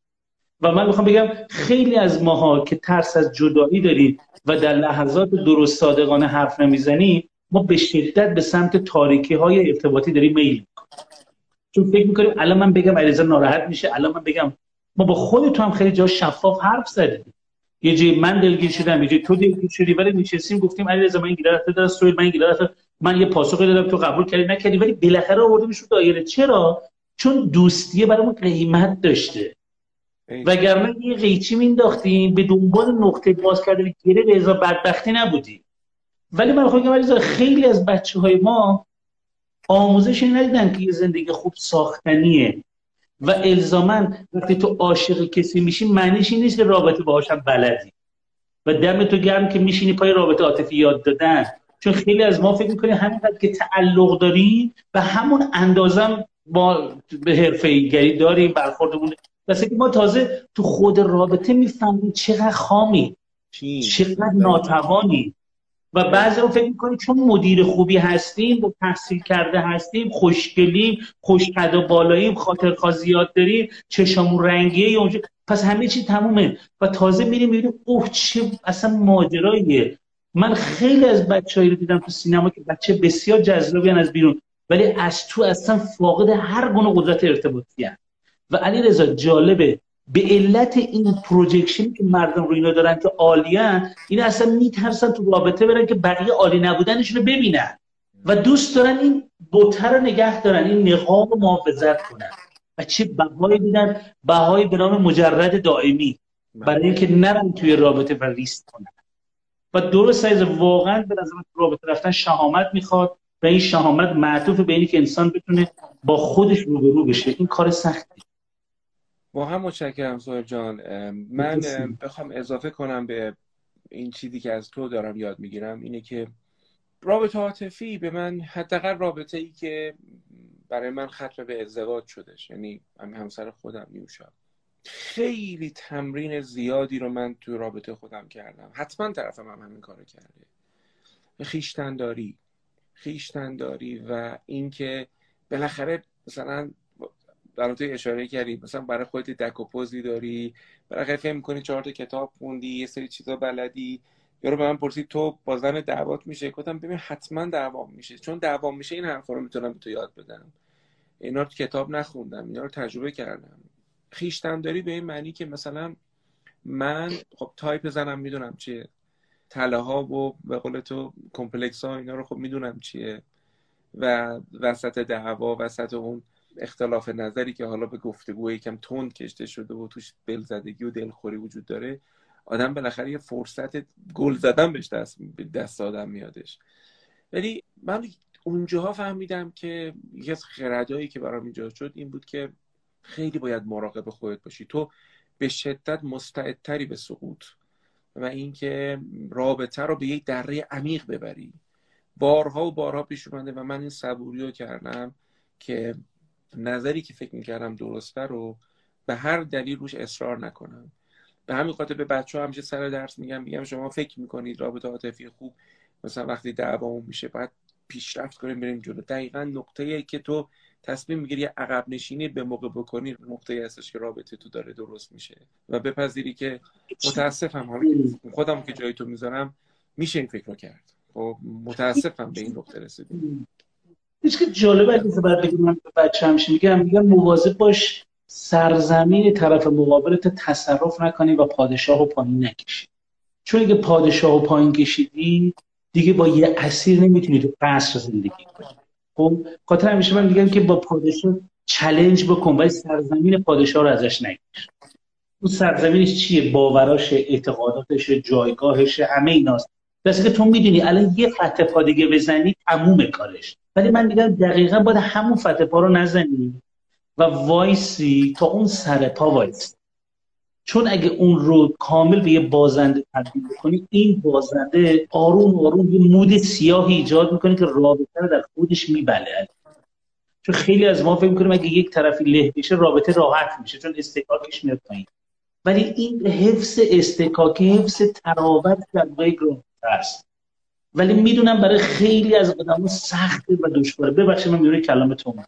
و من میخوام بگم خیلی از ماها که ترس از جدایی داریم و در لحظات درست صادقانه حرف نمیزنیم، ما به شدت به سمت تاریکی های ارتباطی داریم میل میکنیم. چون فکر میکنیم الان من بگم علیرضا ناراحت میشه، الان من بگم. ما با خودت هم خیلی جا شفاف حرف زدیم، یه جایی من دلگیر شدم، یه جایی تو دلگیر شدی، ولی نشستیم گفتیم علیرضا من این گیرات دارم، سویل من این گیرات، من یه پاسخی دادم تو قبول کردی نکردی، ولی بالاخره آوردیمش رو دایره. چرا؟ چون دوستیه برامون قیمت داشته. وگرنه یه قیچی مینداختیم به دنبال نقطه باز کردن گره، رضا بدبختی نبودی. ولی من خودم میگم خیلی از بچه‌های ما آموزش ندیدن که یه زندگی خوب ساختنیه و الزاما وقتی تو عاشق کسی میشی معنیش این نیست که رابطه باهاش هم بلدی. و دم تو گرم که میشینی پای رابطه عاطفی یاد دادن، چون خیلی از ما فکر می‌کنیم همینقدر که تعلق داریم و همون اندازم با به حرفه‌ایگری داریم برخوردمون. واسه که ما تازه تو خود رابطه میفهمیم چقدر خامی، چقدر ناتوانی. و بعضی رو فکر می‌کنیم چون مدیر خوبی هستیم، با تحصیل کرده هستیم، خوشگلیم، خوش‌قد و بالاییم، خاطرخواه زیاد داریم، چشامون رنگیه اونجا، پس همه چی تمومه. و تازه می‌بینیم اوه چه اصلا ماجراییه. من خیلی از بچه‌ای رو دیدم تو سینما که بچه بسیار جذابین از بیرون، ولی از تو اصلا فاقد هر گونه قدرت ارتباطی هستند. و علیرضا جالبه به علت این پروجکشنی که مردم رو اینا دارن که عالیان، اینا اصلا میترسن تو رابطه برن که بقیه عالی نبودنشون رو ببینن و دوست دارن این بوته رو نگه دارن، این نقاب رو محافظت کنن و چه بهایی دیدن، بهایی به نام مجرد دائمی، برای اینکه نرن توی رابطه و ریسک کنن. و درست از واقعا به نظر رابطه رفتن شهامت میخواد، و این شهامت معطوف به اینی که انسان بتونه با خودش روبرو بشه. این کار سختی. با هم متشکرم سهیل جان. من بخوام اضافه کنم به این چیزی که از تو دارم یاد میگیرم اینه که رابطه عاطفی به من، حداقل رابطه ای که برای من ختم به ازدواج شدش، یعنی همسر خودم نیوشا، خیلی تمرین زیادی رو من تو رابطه خودم کردم. حتما طرفم هم همین کارو کرده. خیشتنداری و اینکه بالاخره مثلا در تو اشاره کردی مثلا برای خودت دک و پوزی داری، بالاخره فهم می‌کنی 4 تا کتاب خوندی، یه سری چیزا بلدی. یارو به من پرسید تو با زن دعوات میشه؟ گفتم ببین حتما دعوام میشه، چون دعوام میشه این حرفا رو میتونم به تو یاد بدم. اینا رو تو کتاب نخوندم، اینا رو تجربه کردم. خیشتنداری به این معنی که مثلا من خب تایپ زنم میدونم چیه، تله ها و به قول تو کمپلکس ها اینا رو خب میدونم چیه، و وسط دعوا، وسط اون اختلاف نظری که حالا به گفتگو یکم تند کشته شده و توش دلزدگی و دلخوری وجود داره، آدم بالاخره یه فرصت گل زدن بهش دست آدم میادش. ولی من اونجاها فهمیدم که یکی از خردایی که برام ایجاد شد این بود که خیلی باید مراقب خودت باشی. تو به شدت مستعدتری به سقوط و اینکه رابطه رو به یک دره عمیق ببری. بارها و بارها پیش اومده و من این صبوری رو کردم که نظری که فکر میکردم درسته رو به هر دلیل روش اصرار نکنم. به همین خاطر به بچه‌ها همیشه سر درس میگم شما فکر میکنید رابطه عاطفی خوب مثلا وقتی دعوامون میشه باید پیشرفت کنیم بریم جلو. دقیقاً نقطه‌ای که تو تصمیم میگیری عقب نشینی به موقع بکنی، نقطه‌ای هستش که رابطه تو داره درست میشه. و بپذیری که متاسفم، خودم که جای تو میذارم میشه این فکر رو کرد. خب متاسفم به این نقطه رسیدیم. هیچ که جالبه اگه بعد بگم من به بچه همیشه میگم مواظب باش سرزمین طرف مقابلت تصرف نکنی و پادشاه و پایین نکشی. چون اگه پادشاه و پایین کشیدی دیگه با یه اسیر نمیتونی تو قصر زندگی کنی. خب خاطر همیشه من میگم که با پادشاه چالش بکن ولی سرزمین پادشاه رو ازش نگیر. اون سرزمینش چیه؟ باوراش، اعتقاداتش، جایگاهش، همه ایناست. درسته که تو میدونی الان یه فتح پا دیگه بزنی تموم کارش. ولی من میگم دقیقاً باید همون فتح پا رو نزنی و وایسی تا اون سر پا وایسی. چون اگه اون رو کامل به یه بازنده تبدیل کنی، این بازنده آروم آروم یه مود سیاهی ایجاد میکنه که رابطه رو در خودش میبله. چون خیلی از ما فکر میکنیم اگه یک طرفی له بشه رابطه راحت میشه چون استحکاکش میاد پایین. ولی این حفظ استحکاک، حفظ تراوت در بایگراند است. ولی میدونم برای خیلی از آدم‌ها سخته و دشواره. ببخشید من میونه کلامتون.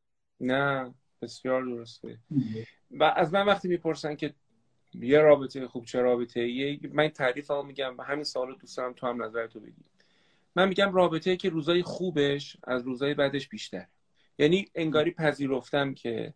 نه بسیار درسته. و از من وقتی میپرسن که یه رابطه خوب چه رابطه ایه، من تعریفمو میگم و همین سوالو دوست دارم تو هم نظرتو بگی. من میگم رابطه‌ای که روزای خوبش از روزای بعدش بیشتر. یعنی انگاری پذیرفتم که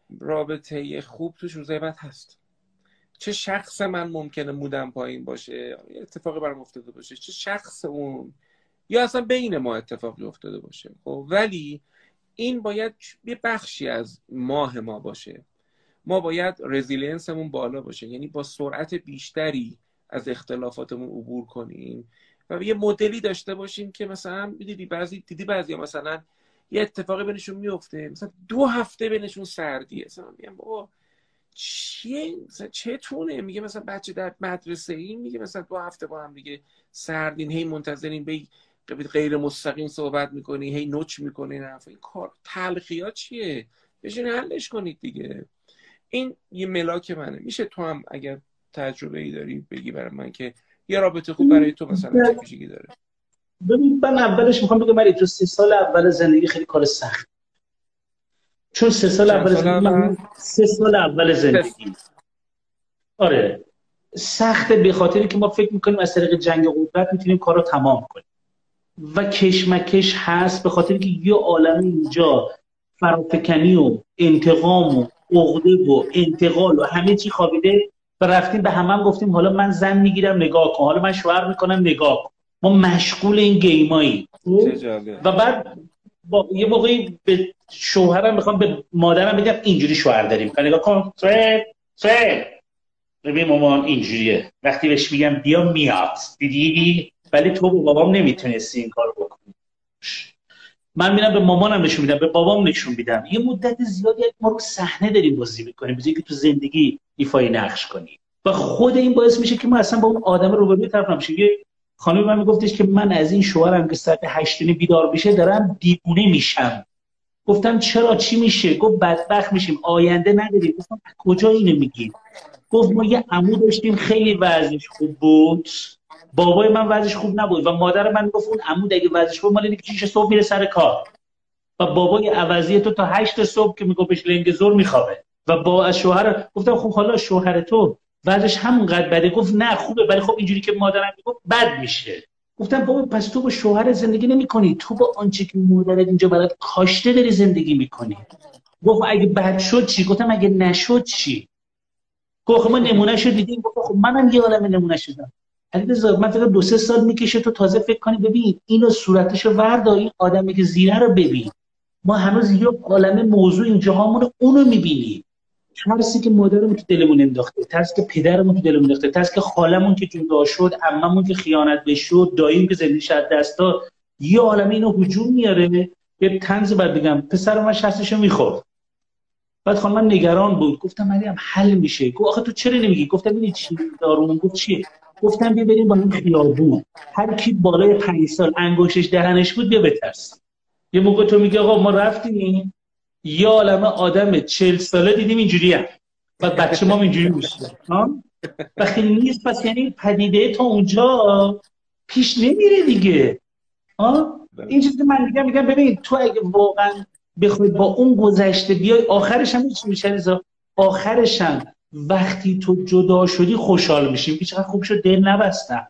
رابطه خوب توش روزای بعد هست. چه شخص من ممکنه مودم پایین باشه، اتفاقی برام افتاده باشه، چه شخص اون، یا اصلا بین ما اتفاقی افتاده باشه. خب ولی این باید یه بخشی از ماه ما باشه. ما باید رزیلینسمون بالا باشه، یعنی با سرعت بیشتری از اختلافاتمون عبور کنیم و یه مدلی داشته باشیم که مثلا دیدی بعضی مثلا یه اتفاقی بینشون میفته، مثلا 2 هفته بینشون سردیه. مثلا میگم بابا چیه، مثلا چتونه؟ میگه مثلا بچه در مدرسه این، میگه مثلا 2 هفته با هم دیگه سردین، هی منتظرین به غیر مستقیم صحبت میکنی، هی نوچ میکنی. این کار تلخیات چیه؟ بشین حلش کنید دیگه. این یه ملاک منه. میشه تو هم اگر تجربه ای داری بگی برای من که یه رابطه خوب برای تو مثلا چه ویژگی داره؟ ببین من اولش میخوام بگم من تو 3 سال اول زندگی خیلی کار سخت. چون 3 سال اول زندگی 3 سال اول زندگی آره سخته، به خاطری که ما فکر میکنیم از طریق جنگ قدرت میتونیم کارو تمام کنیم و کشمکش هست، به خاطری که یه عالم اینجا فرافکنی و انتقام و عقده و انتقال و همه چی خوابیده و رفتیم به هم گفتیم حالا من زن میگیرم نگاه کن، حالا من شوهر میکنم نگاه کن. ما مشغول این گیمایی و بعد با یه موقعی به شوهرم میخوام به مادرم بگم اینجوری شوهر داریم، نگاه کن سوید ببین مامان اینجوریه، وقتی بهش میگم بیا میاد، دیدی؟ ولی تو با بابام نمیتونستی این کارو بکنی. من میرم به مامانم نشون میدم، به بابام نشون میدم. یه مدت زیادی ما رو صحنه داریم بازی میکنیم، بزنی که تو زندگی ایفای نقش کنی و خود این باعث میشه که ما اصلا با اون آدم روبروی طرف نمیشیم. یه خانمی من میگفتش که من از این شوهرم که ساعت 8 بیدار بشه دارم دیوونه میشم. گفتم چرا، چی میشه؟ گفت بدبخت میشیم، آینده نداریم. گفتم کجا اینو میگی؟ گفت ما یه عمو داشتیم خیلی وضعش خوب بود، بابای من وضعش خوب نبود و مادر من گفت اون عمو اگه وضعش خوب مال اینه که 6 صبح میره سر کار و بابای عوضی تو تا 8 صبح که میگفتش لنگ زور میخوابه و با از شوهر. گفتم خب حالا شوهر تو وضعش همونقدر بده؟ گفت نه خوبه، ولی خب اینجوری که مادرم میگفت بد میشه. گفتم بابا پس تو با شوهر زندگی نمی‌کنی، تو با آنچه که مادرت اینجا برات کاشته داری زندگی می‌کنی. گفت اگه بد شد چی؟ گفتم اگه نشد چی؟ گفت ما نمونهشو دیدیم. گفت خب منم یه عالمه نمونه شدم. علیرضا من فکر 2-3 سال میکشه تو تازه فکر کنی ببین اینو صورتشو وردا، این آدمی که زیره رو ببین. ما هنوز یه عالمه موضوع اینجا هامون اونو می‌بینیم. ترسی که مادرمون تو دلمون انداخته، ترسی که پدرمون تو دلمون انداخته، ترسی که خالمون که جدا شد، عممون که خیانت بشد، داییم که زندگیش از دست داد، یه عالمه اینو هجوم میاره. یه طنز بعد بگم پسر من شستشو میخورد. بعد خانم من نگران بود. گفتم مریم حل میشه. گفت آخه تو چرا نمیگی؟ گفتم این چی دارون؟ گفت چیه؟ گفتم بیا بریم با این خیابون، هر کی بالای 5 سال انگشتش دهنش بود بیا بترس. یه موقع تو میگی آقا ما رفتیم یه عالمه آدم 40 ساله دیدیم اینجوری هم و بچه ما اینجوری میشه وقتی نیست. پس یعنی پدیده تا اونجا پیش نمیره دیگه. این چیزی که من میگم ببین تو اگه واقعا بخوای با اون گذشته بیای آخرش هم چی میشه؟ آخرش هم وقتی تو جدا شدی خوشحال میشیم که چقدر خوب شد دل نبستم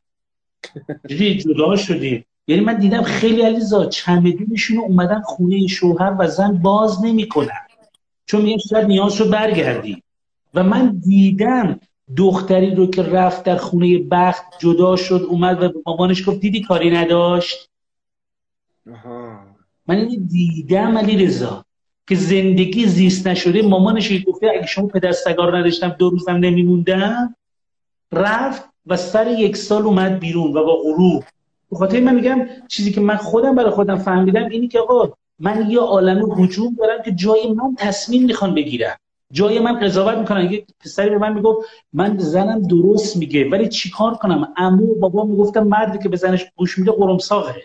جدا شدی. یعنی من دیدم خیلی علیزا چمدونشون اومدن خونه شوهر و زن باز نمیکنن چون میگن شاید نیازشو برگردی. و من دیدم دختری رو که رفت در خونه بخت جدا شد اومد و به مامانش گفت دیدی کاری نداشت. من اینو دیدم علیرضا که زندگی زیست نشده. مامانش گفته اگه شما پدر سگار نداشتم 2 روزم نمیموندم. رفت و سر 1 سال اومد بیرون و با غرور. به خاطر من میگم چیزی که من خودم برای خودم فهمیدم اینی که آقا من یه عالمه هجوم دارم که جای من تصمیم میخوان بگیرن، جای من قضاوت میکنن. یه پسری به من میگفت من زنم درست میگه ولی چیکار کنم؟ عمو و بابا میگفتن مردی که به زنش گوش میده قرمساقه.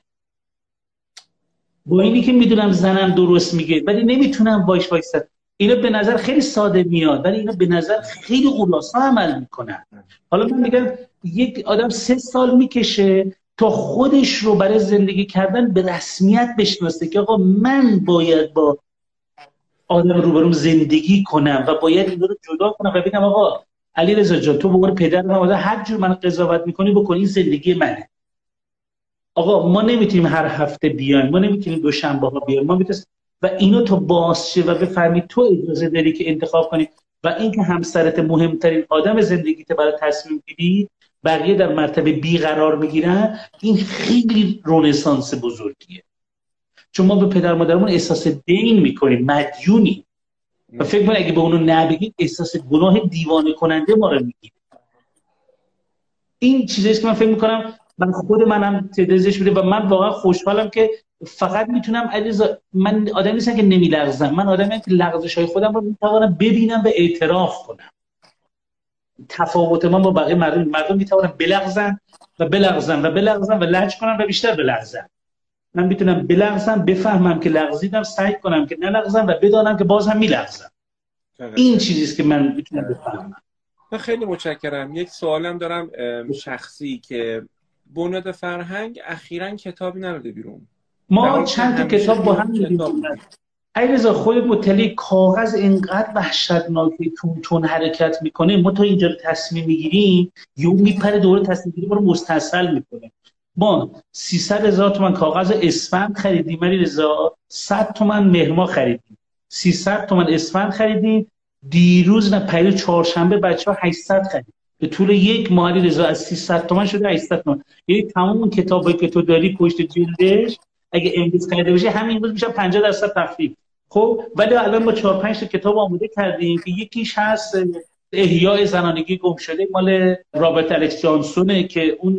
با اینی که میدونم زنم درست میگه ولی نمیتونم باش وایسم. اینا به نظر خیلی ساده میاد ولی اینا به نظر خیلی خلاصا عمل میکنن. حالا من میگم یک آدم 3 سال میکشه تا خودش رو برای زندگی کردن به رسمیت بشناسه که آقا من باید با آدم روبروم زندگی کنم و باید این رو جدا کنم و بگم آقا علیرضا جان تو به عنوان پدر من هر جور من قضاوت میکنی بکنی، این زندگی منه. آقا ما نمیتونیم هر هفته بیایم، ما نمیتونیم دوشنبه ها بیایم، ما میتونیم و اینو تو باز شه و بفهمی تو اجازه داری که انتخاب کنی و اینکه همسرت مهمترین آدم زندگیت برای تصمیم گیری، بقیه در مرتبه بی قرار میگیرن. این خیلی رنسانس بزرگیه چون ما به پدر مادرمون احساس دین میکنیم، مدیونی و فکر کنم اگه به اونو نبگیم احساس گناه دیوانه کننده ما رو میگیره. این چیزیه که من فکر میکنم من خود منم تدریسش میده و من واقعا خوشحالم که فقط میتونم علیرضا، من آدمی نیستم که نمیلغزم، من آدمیم که لغزش‌های خودم رو میتوانم ببینم و اعتراف کنم. تفاوت من با بقیه مردم میتوانم بلغزن و بلغزن و بلغزن و لج کنم و بیشتر بلغزن. من میتونم بلغزم، بفهمم که لغزیدم، سعی کنم که نلغزم و بدانم که باز هم میلغزم. این چیزیست که من میتونم بفهمم. من خیلی متشکرم. یک سوالم دارم شخصی که بنیاد فرهنگ اخیراً کتابی نرده بیرون. ما چند تا کتاب با هم دیدیم. علیرضا خودت مطلع کاغذ اینقدر وحشتناکی تون حرکت میکنه، ما تا اینجا تصمیم میگیریم یهو میپره دوره تصمیم گیری ما رو مستصل میکنه. ما 300,000 تومان کاغذ اسفند خریدیم علیرضا، 100 تومان مهر ماه خریدیم، 300 تومان اسفند خریدیم. دیروز نه پیروز چهارشنبه بچه‌ها 800 خرید. به طول 1 ماه علیرضا از 300 تومان شده 800 تومان. یعنی تمام اون کتابایی که تو داری پشت جلدش اگه امروز خریده بشه همین روز میشه 50% تخفیف. خب ولی الان ما 4-5 تا کتاب آماده کردیم که یکیش هست احیای زنانگی گم شده مال رابرت الکس جانسونه که اون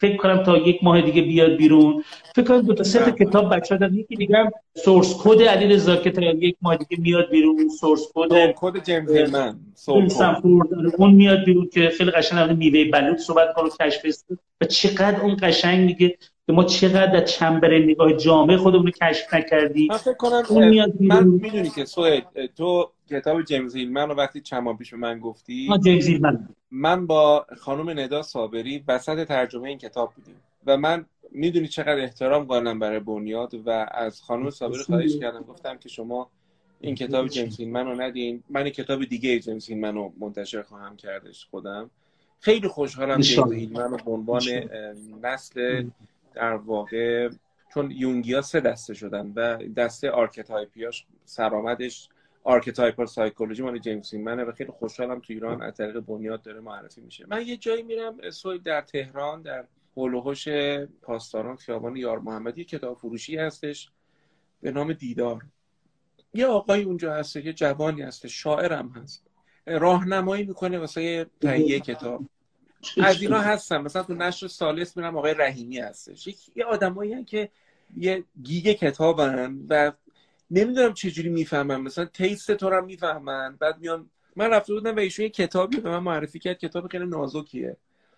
فکر کنم تا 1 ماه دیگه بیاد بیرون. فکر کنم 2 تا 3 تا کتاب بچه‌ها دارن، یکی دیگه هم سورس کد علیرضا که تا 1 ماه دیگه میاد بیرون، سورس کد سول کد جیمز هیلمن، سول کد سنفورد اون میاد بیرون که خیلی قشنگ در مورد میوه بلوط صحبت کنه، کشف و چقدر اون قشنگ میگه که ما چقدر در چنبر نگاه جامعه خودمون رو کشف نکردیم. من فکر کنم اون میاد من بیرون. میدونی که سوید تو کتاب جیمز هیلمن رو وقتی چند ماه پیش به من گفتی، جیمز هیلمن، من با خانم ندا صابری وسط ترجمه این کتاب بودیم و من میدونی چقدر احترام قائلم برای بنیاد و از خانم صابری خواهش کردم، گفتم که شما این کتاب جیمز هیلمن رو ندین، من این کتاب دیگه جیمز هیلمن رو منتشر خواهم کردش خودم. خیلی خوشحالم جیمز هیلمن رو به عنوان نسل در واقع، چون یونگیا 3 دسته شدن و دسته آرکتایپیاش سرآمدش آرکتایپال سایکولوژی مال جیمز هیلمنه و خیلی خوشحالم تو ایران از طریق بنیاد داره معرفی میشه. من یه جایی میرم سوی در تهران، در هول و هوش پاسداران خیابان یار محمدی، کتاب فروشی هستش به نام دیدار. یه آقای اونجا هست که جوانی هست، شاعرم هست، راهنمایی میکنه واسه تهیه کتاب. از اینا هستن مثلا تو نشر سالس میرم آقای رحیمی هستش، یه آدمایی هستن که یه گیگ کتابن و نمیدونم چجوری میفهمن، مثلا تیست تو رو میفهمن. بعد میان، من رفته بودم و ایشون یه کتابی به من معرفی کرد، کتاب خیلی نازکیه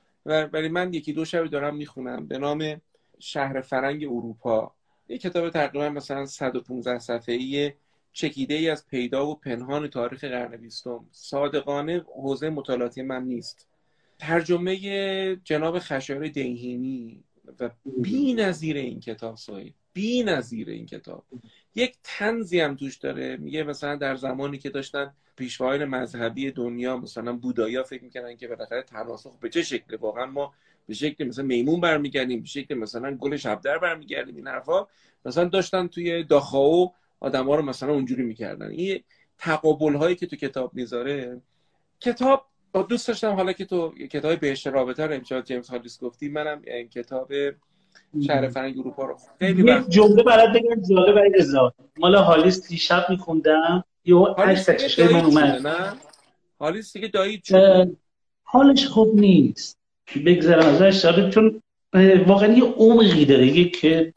ولی من 1-2 شب دارم میخونم به نام شهر فرنگ اروپا. یه کتاب تقریبا مثلا 115 صفحه‌ای، چکیده ای از پیدا و پنهان تاریخ قرن 20. صادقانه حوزه مطالعاتی من نیست. ترجمه جناب خشایار دیهیمی و بی‌نظیر این کتاب سوید، بی‌نظیر این کتاب. یک طنزی هم توش داره، میگه مثلا در زمانی که داشتن پیشوایان مذهبی دنیا مثلا بودایا فکر میکنن که بالاخره تناسخ به چه شکله، واقعا ما به شکل مثلا میمون برمیگردیم، به شکل مثلا گل شبدر برمیگردیم، این حرفا مثلا داشتن توی داخاو آدما رو مثلا اونجوری میکردن. این تقابل هایی که تو کتاب میذاره، کتاب با دوست داشتم. حالا که تو کتاب بهشت رابطه رو امشب جیمز هالیس گفتی، منم این کتاب شهر فرنگ اروپا رو خیلی یک وقت جمله برات بگم جالب برای رضا، مال هالیس دیشب میخوندم، یهو هالیس اشک از دیگه چشمای من دایید شده، اومد. نه هالیس دیگه دایید شده، حالش خوب نیست بگذرم ازش، چون واقعا یه عمقی داره، که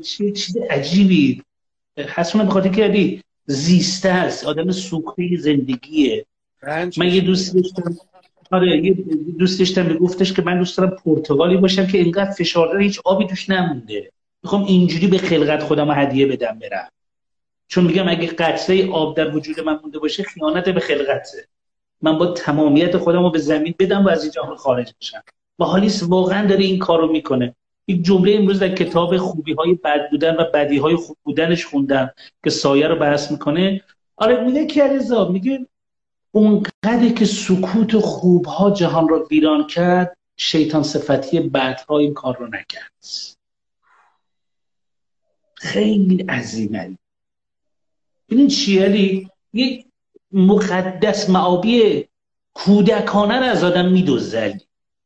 چیز عجیبی حسونه، به خاطر که زیسته است، آدم سوخته زندگیه. رنج من یه کشیده. دوستی داشتم، آره یه دوست داشتم میگفتش که من دوست دارم پرتغالی باشم که اینقدر فشار داره هیچ آبی توش نمونده، میخوام اینجوری به خلقت خودم هدیه بدم برم، چون میگم اگه قطره آب در وجود من مونده باشه خیانت به خلقته، من با تمامیت خودم رو به زمین بدم و از این جهان خارج بشم. و هالیس واقعا داره این کارو میکنه. یک جمله امروز در کتاب خوبی های بد بودن و بدی های خوب بودنش خوندم که سایه رو بحث میکنه. آره میگه که علیرضا، میگه اونقدر که سکوت خوبها جهان را ویران کرد، شیطان صفتی بدها این کار رو نکرد. خیلی عظیمه. ببین چیه، یک مقدس معابی کودکانه رو از آدم میدوزد.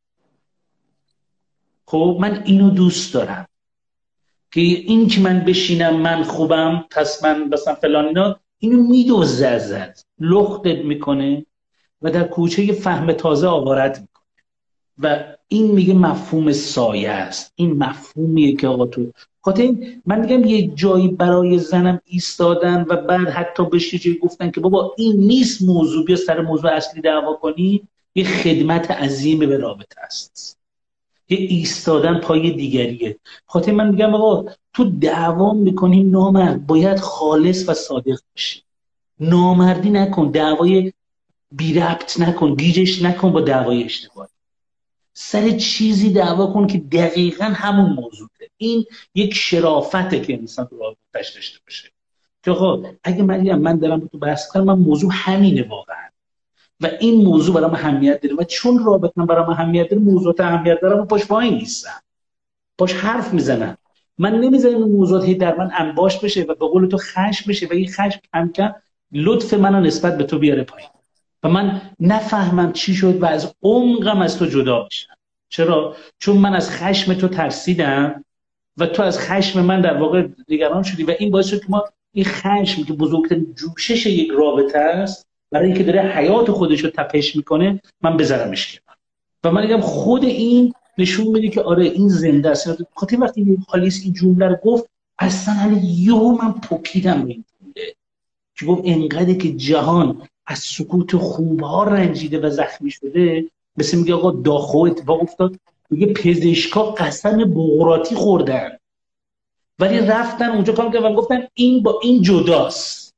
خب من اینو دوست دارم که این که من بشینم من خوبم پس من مثلا فلان، اینا اینو میدوزه ازت، لختت میکنه و در کوچه فهم تازه آوارت میکنه. و این میگه مفهوم سایه است، این مفهومیه که آقا تو خاطر این من میگم یه جایی برای زنم ایستادن و بعد حتی بهش جایی گفتن که بابا این نیست موضوع، بیا سر موضوع اصلی دعوا کنی، یه خدمت عظیم به رابطه است، یه ایستادن پای دیگریه. خاطر من میگم آقا تو دعوا میکنی نامرد، باید خالص و صادق باشی، نامردی نکن، دعوای بی ربط نکن، گیجش نکن با دعوای اشتباهی، سر چیزی دعوا کن که دقیقا همون موضوعه. این یک شرافته که انسان تو رابطه‌اش داشته باشه که آقا اگه من دارم با تو بحث کنم، من موضوع همینه واقعا و این موضوع برام اهمیت داره و چون رابطه‌ام برام اهمیت داره، موضوعات اهمیت داره و پاش وای نیستم، باش حرف میزنم. من نمیذارم این موضوعات هی در من انباش بشه و به قول تو خشم بشه و این خشم کم کم لطف منو نسبت به تو بیاره پایین و من نفهمم چی شد و از عمقم از تو جدا بشم. چرا؟ چون من از خشم تو ترسیدم و تو از خشم من در واقع نگران شدی و این باعث شد که ما این خشم که بزرگترین جوشش یک رابطه است، برای اینکه داره حیات خودش رو تپش میکنه، من بذارمش کنار. و من میگم خود این نشون میده که آره این زنده است. خاطر وقتی هالیس این جمله رو گفت اصلا یهو من پکیدم به این جمله که گفت انقدر که جهان از سکوت خوبها رنجیده و زخمی شده، مثل میگه آقا داخو اتفاق افتاد، میگه پزشکا قسم بقراطی خوردن ولی رفتن اونجا کار کردن و گفتن این با این جداست.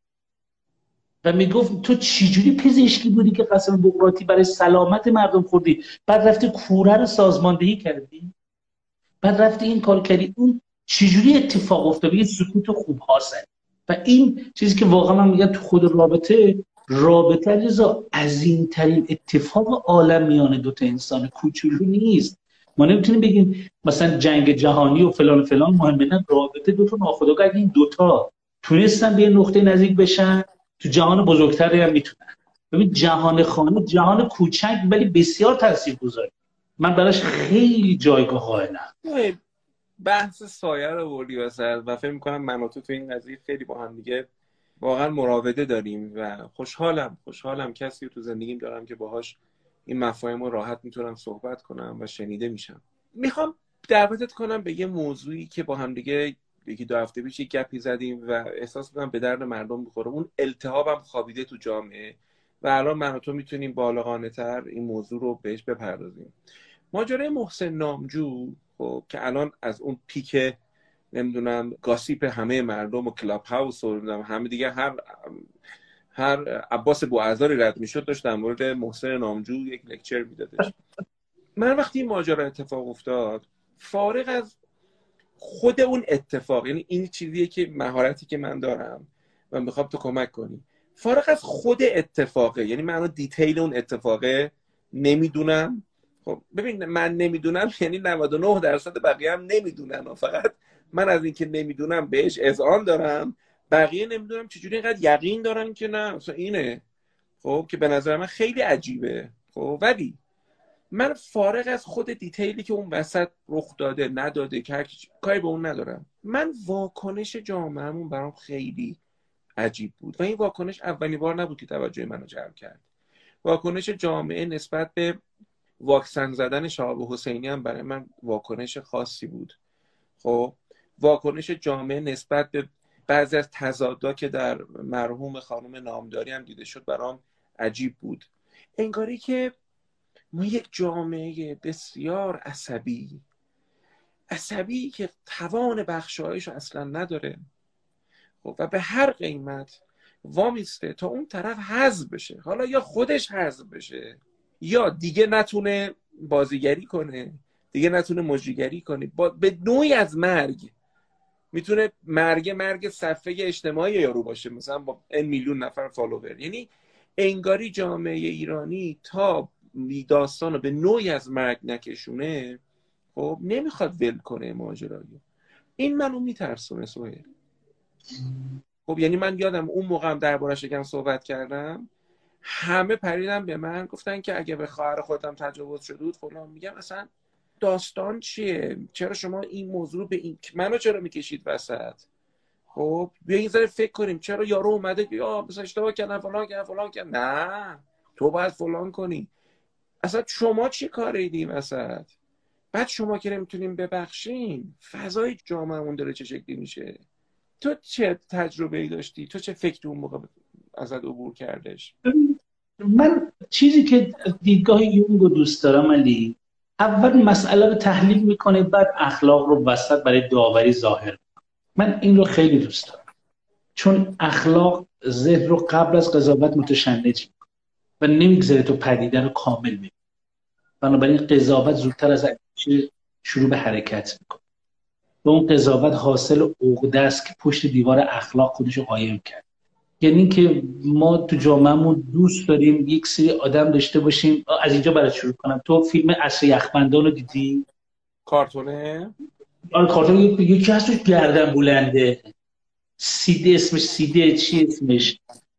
و میگفت تو چجوری پزشکی بودی که قسم بقراطی برای سلامت مردم خوردی، بعد رفتی کوره رو سازماندهی کردی، بعد رفتی این کار کردی، اون چجوری اتفاق افتاد؟ یه سکوت خوب هاست. و این چیزی که واقعا من میگم تو خود رابطه رضا عظیم ترین اتفاق عالم میان دوتا انسان کوچولو نیست. ما نمیتونیم بگیم مثلا جنگ جهانی و فلان و فلان مهمه، نه، رابطه دوتا ناخودآگاه اگه این دوتا تونستن به یه نقطه نزدیک بشن تو جهان بزرگتری هم میتونن. ببین جهان خانه جهان کوچک ولی بسیار تاثیرگذاره، من براش خیلی جایگاه قائلم. بحث سایه رو بردی وسط و فکر می‌کنم من و تو این قضیه خیلی با هم دیگه واقعا مراوده داریم و خوشحالم کسی رو تو زندگیم دارم که باهاش این مفاهیم رو راحت میتونم صحبت کنم و شنیده میشم. میخوام دعوتت کنم به یه موضوعی که با هم دیگه یکی دو هفته پیش گپی زدیم و احساس می‌کنم به درد مردم میخوره. اون التهابم خوابیده تو جامعه و الان من و تو میتونیم بالغانه تر این موضوع رو بهش بپردازیم. ماجرای محسن نامجو خب که الان از اون پیک نمیدونم گاسیپ همه مردم و کلاب هاوس و همه دیگه هر عباس بوعزاری رد میشد داشت در مورد محسن نامجو یک لکچر میدادش. من وقتی این ماجرا اتفاق افتاد، فارغ از خود اون اتفاق، یعنی این چیزیه که مهارتی که من دارم و میخوام تو کمک کنی، فارغ از خود اتفاقه، یعنی من دیتیل اون اتفاقه نمیدونم. خب ببین من نمیدونم یعنی 99% بقیه هم نمیدونن، فقط من از اینکه نمیدونم بهش اذعان دارم، بقیه نمیدونم چجوری اینقدر یقین دارن که نه مثلا اینه. خب که به نظر من خیلی عجیبه. خب ولی من فارغ از خود دیتیلی که اون وسط رخ داده نداده که کاری به اون ندارم، من واکنش جامعهمون برام خیلی عجیب بود و این واکنش اولین بار نبود که توجه منو جلب کرد. واکنش جامعه نسبت به واکسن زدن شهاب حسینی هم برای من واکنش خاصی بود. خب واکنش جامعه نسبت به بعضی از تضادها که در مرحوم خانم نامداری هم دیده شد برام عجیب بود. انگاری که ما یک جامعه بسیار عصبی که توان بخشایش رو اصلا نداره، خب و به هر قیمت وامیسته تا اون طرف حذف بشه، حالا یا خودش حذف بشه یا دیگه نتونه بازیگری کنه، دیگه نتونه مجریگری کنه، به نوعی از مرگ. میتونه مرگ صفحه اجتماعی یارو باشه، مثلا با این میلیون نفر فالوور. یعنی انگاری جامعه ایرانی تا داستانو به نوعی از مرگ نکشونه خب نمیخواد ول کنه ماجرایی. این منو میترسونه سهیل. خب یعنی من یادم اون موقع هم دربارش یکم صحبت کردم، همه پریدن به من گفتن که اگه به خواهر خودم تجاوز شده بود فلان. میگم اصلا داستان چیه؟ چرا شما این موضوع رو به این منو چرا میکشید وسط؟ خب بیا این ذره فکر کنیم چرا یارو اومده که یا مثلا اشتباه کردن فلان کردن. نه تو باید فلان کنی. اصلا شما چی کاریدی وسط؟ بعد شما که نمیتونیم ببخشین، فضای جامعهمون داره چه شکلی میشه؟ تو چه تجربه‌ای داشتی؟ تو چه فکری اون موقع ازت عبور کردش؟ من چیزی که دیدگاه یونگ رو دوست دارم علی، اول مسئله رو تحلیل میکنه بعد اخلاق رو وسط برای داوری ظاهر. من این رو خیلی دوست دارم چون اخلاق ذهن رو قبل از قضاوت متشنج میکنه و نمیگذاره تو پدیده رو کامل ببینی. بنابراین قضاوت زودتر از اندیشه شروع به حرکت میکنه و اون قضاوت حاصل عقده است که پشت دیوار اخلاق خودش رو قایم کرد. یعنی که ما تو جامعهمون دوست داریم یک سری آدم داشته باشیم. از اینجا برات شروع کنم. تو فیلم عصر یخبندان رو دیدی؟ کارتونه؟ آره کارتون. یکی هست توش گردن بلنده، سیده، اسمش سیده، چی اسمش؟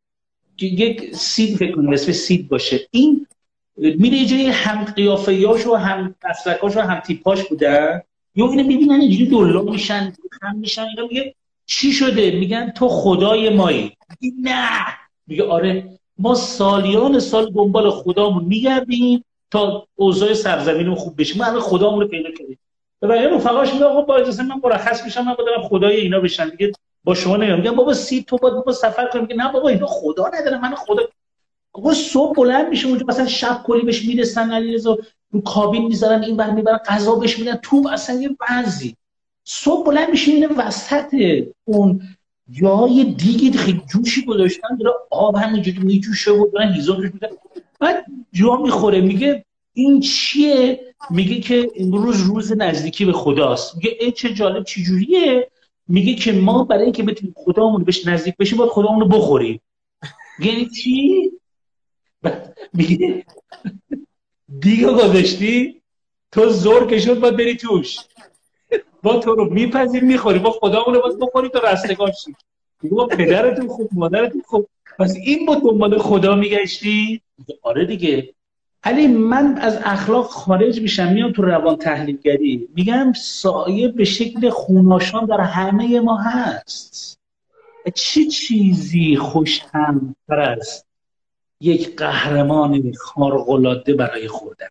یک سید فکر کنم اسمش سید باشه. این میره یه جایی هم قیافه‌هاش و هم مسلکاش و هم تیپاش بودن، یا اینو میبینن اینجوری دلا میشن هم میشن. اینا میگه چی شده؟ میگن تو خدای مایی. نه، میگه آره ما سالیان سال دنبال خدامون میگردیم تا اوضاع سرزمینم خوب بشه. ما همه خدامون رو پیدا کردیم. و بقیه رفقاش میگن آقا با اجازه من مرخص میشم، من بدارم خدای اینا بشن دیگه، با شما نمیام. میگم بابا تو باید بابا سفر کنیم. میگه نه بابا اینا خدا نداره، من خدا. آقا صبح بلند میشه اونجا مثلا شب کلی بهش میرسن، علیرضا رو کابین میذارن، این بر میبرن غذا بهش میدن تو، اصلا یه بعضی صبح بلند میشه اینه وسط اون جای دیگه خیلی جوشی گذاشتن داره آب همینجوری میجوشه و دارن هیزم روش میدن، بعد جا میخوره. میگه این چیه؟ میگه که امروز روز نزدیکی به خداست. میگه ای چه جالب، چه جوریه؟ میگه که ما برای اینکه بتونیم خدامون رو بهش نزدیک بشیم باید خدامون رو بخوریم. یعنی چی؟ میگه دیگه گذاشتی تو زور کشود باید بری توش، با تو رو میپذیر میخوری، با خدامون رو باید بخوری تا رستگار شی. میگه با پدرتون خوب، مادرتون خوب، پس این با دنبال خدا میگشتی؟ آره دیگه. علی من از اخلاق خارج میشم، میام تو روان تحلیلگری، میگم سایه به شکل خوناشان در همه ما هست. چه چیزی خوش‌طعم‌تر از یک قهرمان خارق‌العاده برای خوردن؟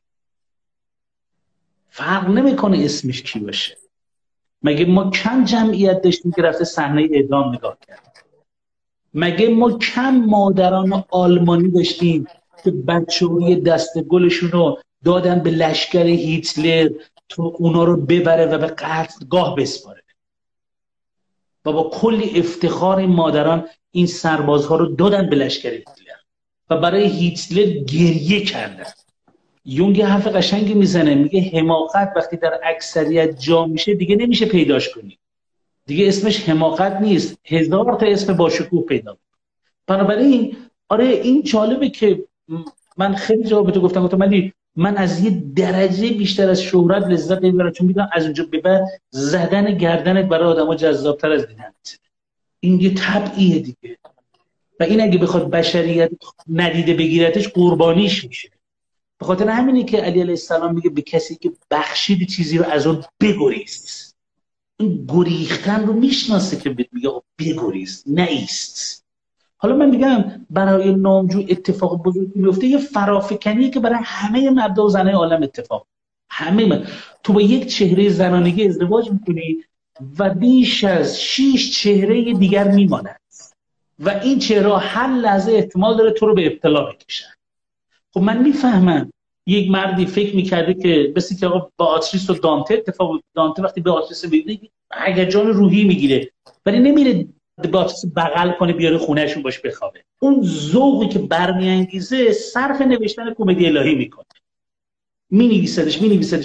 فرق نمیکنه اسمش کی باشه. مگه ما کم جمعیت داشتیم که رفته صحنه اعدام نگاه کرد؟ مگه ما کم مادران آلمانی داشتیم که بچه‌های دست گلشون رو دادن به لشکر هیتلر تو اونا رو ببره و به قتلگاه بسپاره و با کلی افتخار این مادران این سربازها رو دادن به لشکر هیتلر و برای هیتلر گریه کردن. یونگ حرف قشنگی میزنه، میگه حماقت وقتی در اکثریت جا میشه دیگه نمیشه پیداش کنی، دیگه اسمش حماقت نیست، هزار تا اسم باشکوه پیدا میکنه. بنابراین آره این جالبه که من خیلی جواب تو گفتم ولی من از یه درجه بیشتر از شهرت لذت نمیبرم، چون میدونم از اونجا به بعد زدن گردنت برای آدما جذاب‌تر از دیدنت. این یه طبعیه دیگه و این اگه بخواد بشریت ندیده بگیرتش قربانیش میشه. به خاطر همینه که علی علیه السلام میگه به کسی که بخشید چیزی رو از اون بگریز. این گریختن رو میشناسه که میگه بگریز، نایست. حالا من میگم برای نامجو اتفاق بزرگی میفته، یه فرافکنیه که برای همه مرد و زنای عالم اتفاق. تو با یک چهره زنانگی ازدواج میکنی و بیش از 6 چهره دیگر میماند و این چهره هر لحظه احتمال داره تو رو به ابتلا بکشن. خب من میفهمم یک مردی فکر میکرده که بسی که آقا با آتریس و دانته اتفاق، دانته وقتی به آتریس میبینه هیجان روحی میگیره ولی نمیره با آتریس بغل کنه بیاره خونهشون باش بخوابه. اون ذوقی که برمیانگیزه صرف نوشتن کمدی الهی میکنه، مینویسدش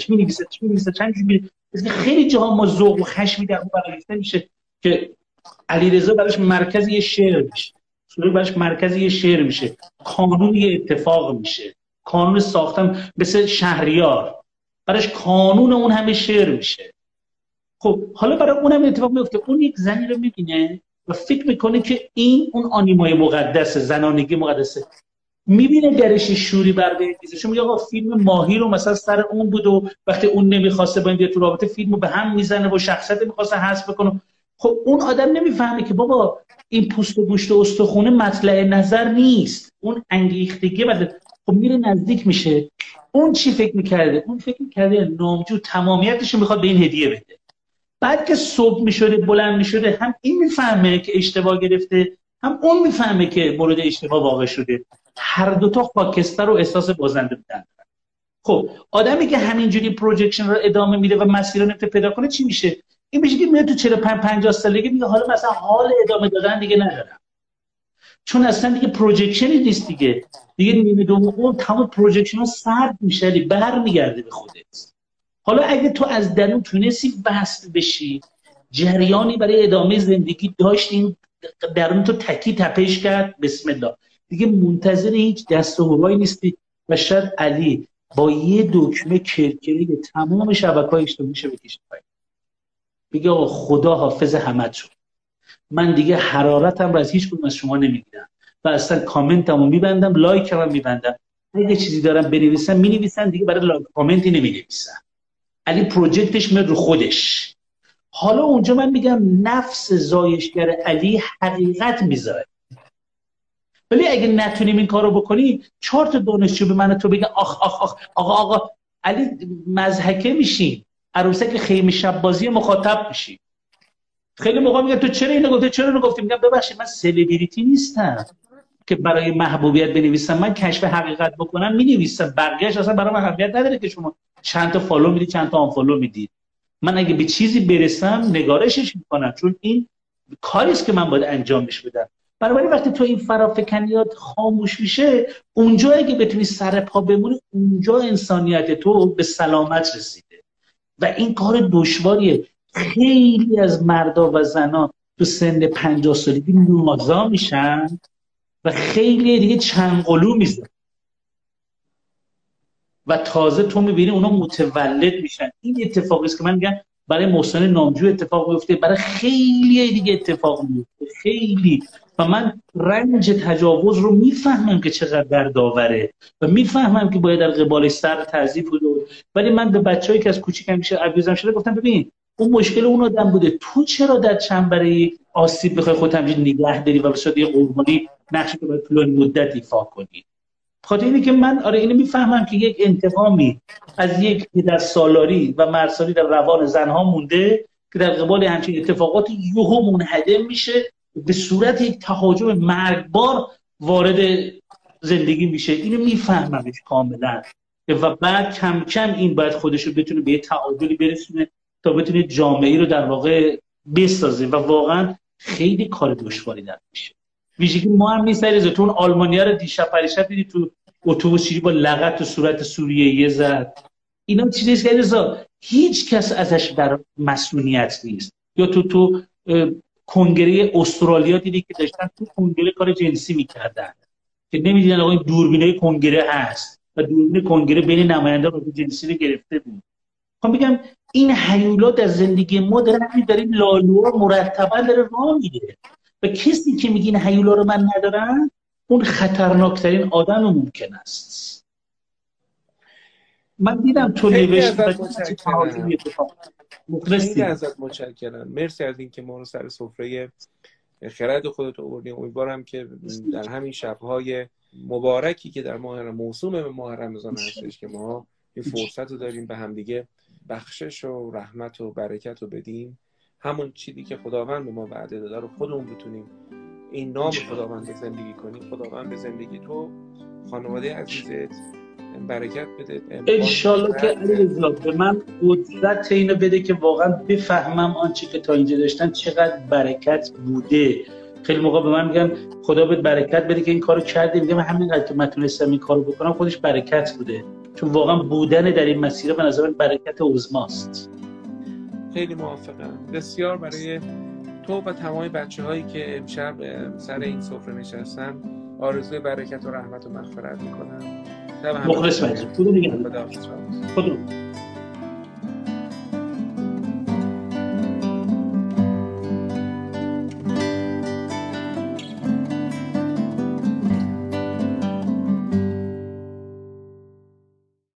خیلی جاها ما ذوق و خشمی در اون برانگیخته میشه که علیرضا براش مرکز یه شعر میشه، سوره براش مرکز یه شعر میشه، کانون یه اتفاق میشه، کانون ساختن مثل شهریار براش کانون اون همه شعر میشه. خب حالا برای اونم اتفاق میفته، اون یک زنی رو میبینه و فکر میکنه که این اون آنیمای مقدسه، زنانگی مقدسه، میبینه درش شوری برمی‌انگیزه. چون میگه آقا فیلم ماهی رو مثلا سر اون بود و وقتی اون نمیخواسته با این بیاد تو رابطه فیلمو به هم میزنه و شخصیت میخواسته حذف بکنه. خب اون آدم نمیفهمه که بابا این پوست و گوشت و استخونه مطلع نظر نیست، اون انگیختگی بده. خب میره نزدیک میشه. اون چی فکر میکرده؟ اون فکر میکرده نامجو تمامیتش رو میخواد به این هدیه بده. بعد که صبح میشده بلند میشده هم این میفهمه که اشتباه گرفته، هم اون میفهمه که مورد اشتباه واقع شده. هر دوتا خاکستر و احساس بازنده بودن. خب آدمی که همینجوری پروجکشن رو ادامه میده و مسیر رو نمیتونه پیدا کنه چی میشه؟ این میشه که میاد تو 45 50 سالگی میگه حالا مثلا حال ادامه دادن دیگه ندارم، چون اصلا دیگه پروجکشنی نیست دیگه نیمه دوم تمام پروجکشن ها سرد میشه، برمیگرده به خودت. حالا اگه تو از درون تونستی وصل بشی، جریانی برای ادامه زندگی داشتین، درون تو تکی تپش کرد، بسم الله، دیگه منتظر هیچ دست و هوایی نیستی و شاید علی با یه دکمه کرکری تمام شبکه‌های اجتماعیش بکشه پایین، بگه آقا خدا حافظ همتون، من دیگه حرارتم رو از هیچ کدوم از شما نمیگیرم و اصلا کامنتمو میبندم، لایکمو میبندم، اگه چیزی دارم بنویسم مینویسم، دیگه برای لایک کامنتی نمینویسم. علی پروژکتش میاد رو خودش. حالا اونجا من میگم نفس زایشگر علی حقیقت میذاره. ولی اگه نتونیم این کارو بکنیم 4 تا دانشجو به من تو بگن آخ آخ آخ آقا علی مضحکه میشین، عروسک خیمه شب بازی مخاطب میشین. خیلی موقع میگن تو چرا اینو گفتی، چرا اینو گفتی؟ میگم ببخشید من سلبریتی نیستم که برای محبوبیت بنویسم، من کشف حقیقت بکنم مینویسم، بقیه‌اش اصلا برام اهمیت نداره که شما چند تا فالو میدید چند تا آنفالو میدید. من اگه به چیزی برسم نگارشش میکنم، چون این کاری است که من باید انجامش بدم. بنابراین وقتی تو این فرافکنیات خاموش میشه، اونجا اگه بتونی سر پا بمونی، اونجا انسانیت تو به سلامت رسیده. و این کار دشواریه. خیلی از مردا و زنان تو سن 50 سالگی نازا میشن و خیلی دیگه چنگلو میزن و تازه تو میبینی اونا متولد میشن. این اتفاقی است که من میگم برای محسن نامجو اتفاق میفته، برای خیلی دیگه اتفاق میفته، خیلی. و من رنج تجاوز رو میفهمم که چقدر دردآوره و میفهمم که باید در قبالش سر تعذیب بود. ولی من به بچه‌ای که از کوچیکم میشه ابیوزم شده گفتم ببین اون مشکل اون آدم بوده، تو چرا در چنبره آسیب بخوای خودت همینجوری نگه داری و به صورت قربانی نقشی که باید طولانی مدت ایفا کنی؟ خاطر اینه که من اینو میفهمم که یک انتقامی از یک پدر سالاری و مرسالی در روان زنها مونده که در قبال همچین اتفاقاتی یهو منهدم میشه، به صورت یک تهاجم مرگبار وارد زندگی میشه. اینو میفهممش کاملا و بعد کم کم این باید خودش رو بتونه به تعادلی برسونه تا بتونه جامعه رو در واقع بسازه و واقعا خیلی کار دشواری در میشه. ویژگی ما هم نیست علیرضا، تو اون آلمانیا رو دیشب پریشب دیدی تو اتوبوس چیزی با لغت تو صورت سوریه زد. اینا چیزیه که علیرضا هیچ کس ازش بر مسئولیت نیست. یا تو کنگره استرالیا دیدی که داشتن تو کنگره کار جنسی میکردن که نمیدونن آقا این دوربینای کنگره هست و دوربین کنگره بین نماینده رو جنسی رو گرفته بود. خب میگم این هیولات از زندگی ما داره لالو مرتبا داره راه میره و کسی که میگه این هیولا رو من ندارم اون خطرناکترین آدم ممکن است. من دیدم تو خیلی نوشت ازت متشکرم. مخلصی. خیلی ازت متشکرم. مرسی از اینکه ما رو سر سفره خرد خودت آوردیم. امیدوارم که در همین شب‌های مبارکی که در ماه موسوم ماه رمضان هستش که ما این فرصت رو داریم به همدیگه بخشش و رحمت و برکت رو بدیم، همون چیزی که خداوند به ما وعده داده رو خودمون بتونیم این نام خداوند به زندگی کنیم. خداوند به زندگی تو، خانواده عزیزت برکت بده. انشالله که علیرضا به من قدرت اینو بده که واقعا بفهمم آنچه که تا اینجا داشتن چقدر برکت بوده. خیلی موقع به من میگن خدا بهت برکت بده که این کارو کردی، میگم همینقدر که من تونستم این کارو بکنم خودش برکت بوده، چون واقعا بودن در این مسیر به نظر من برکت عظماست. خیلی موافقم. بسیار برای تو و تمام بچه‌هایی که امشب سر این سفره نشستن آرزوی برکت و رحمت و مغفرت می‌کنم. مخلص باشید. خدا نگهدار. خدا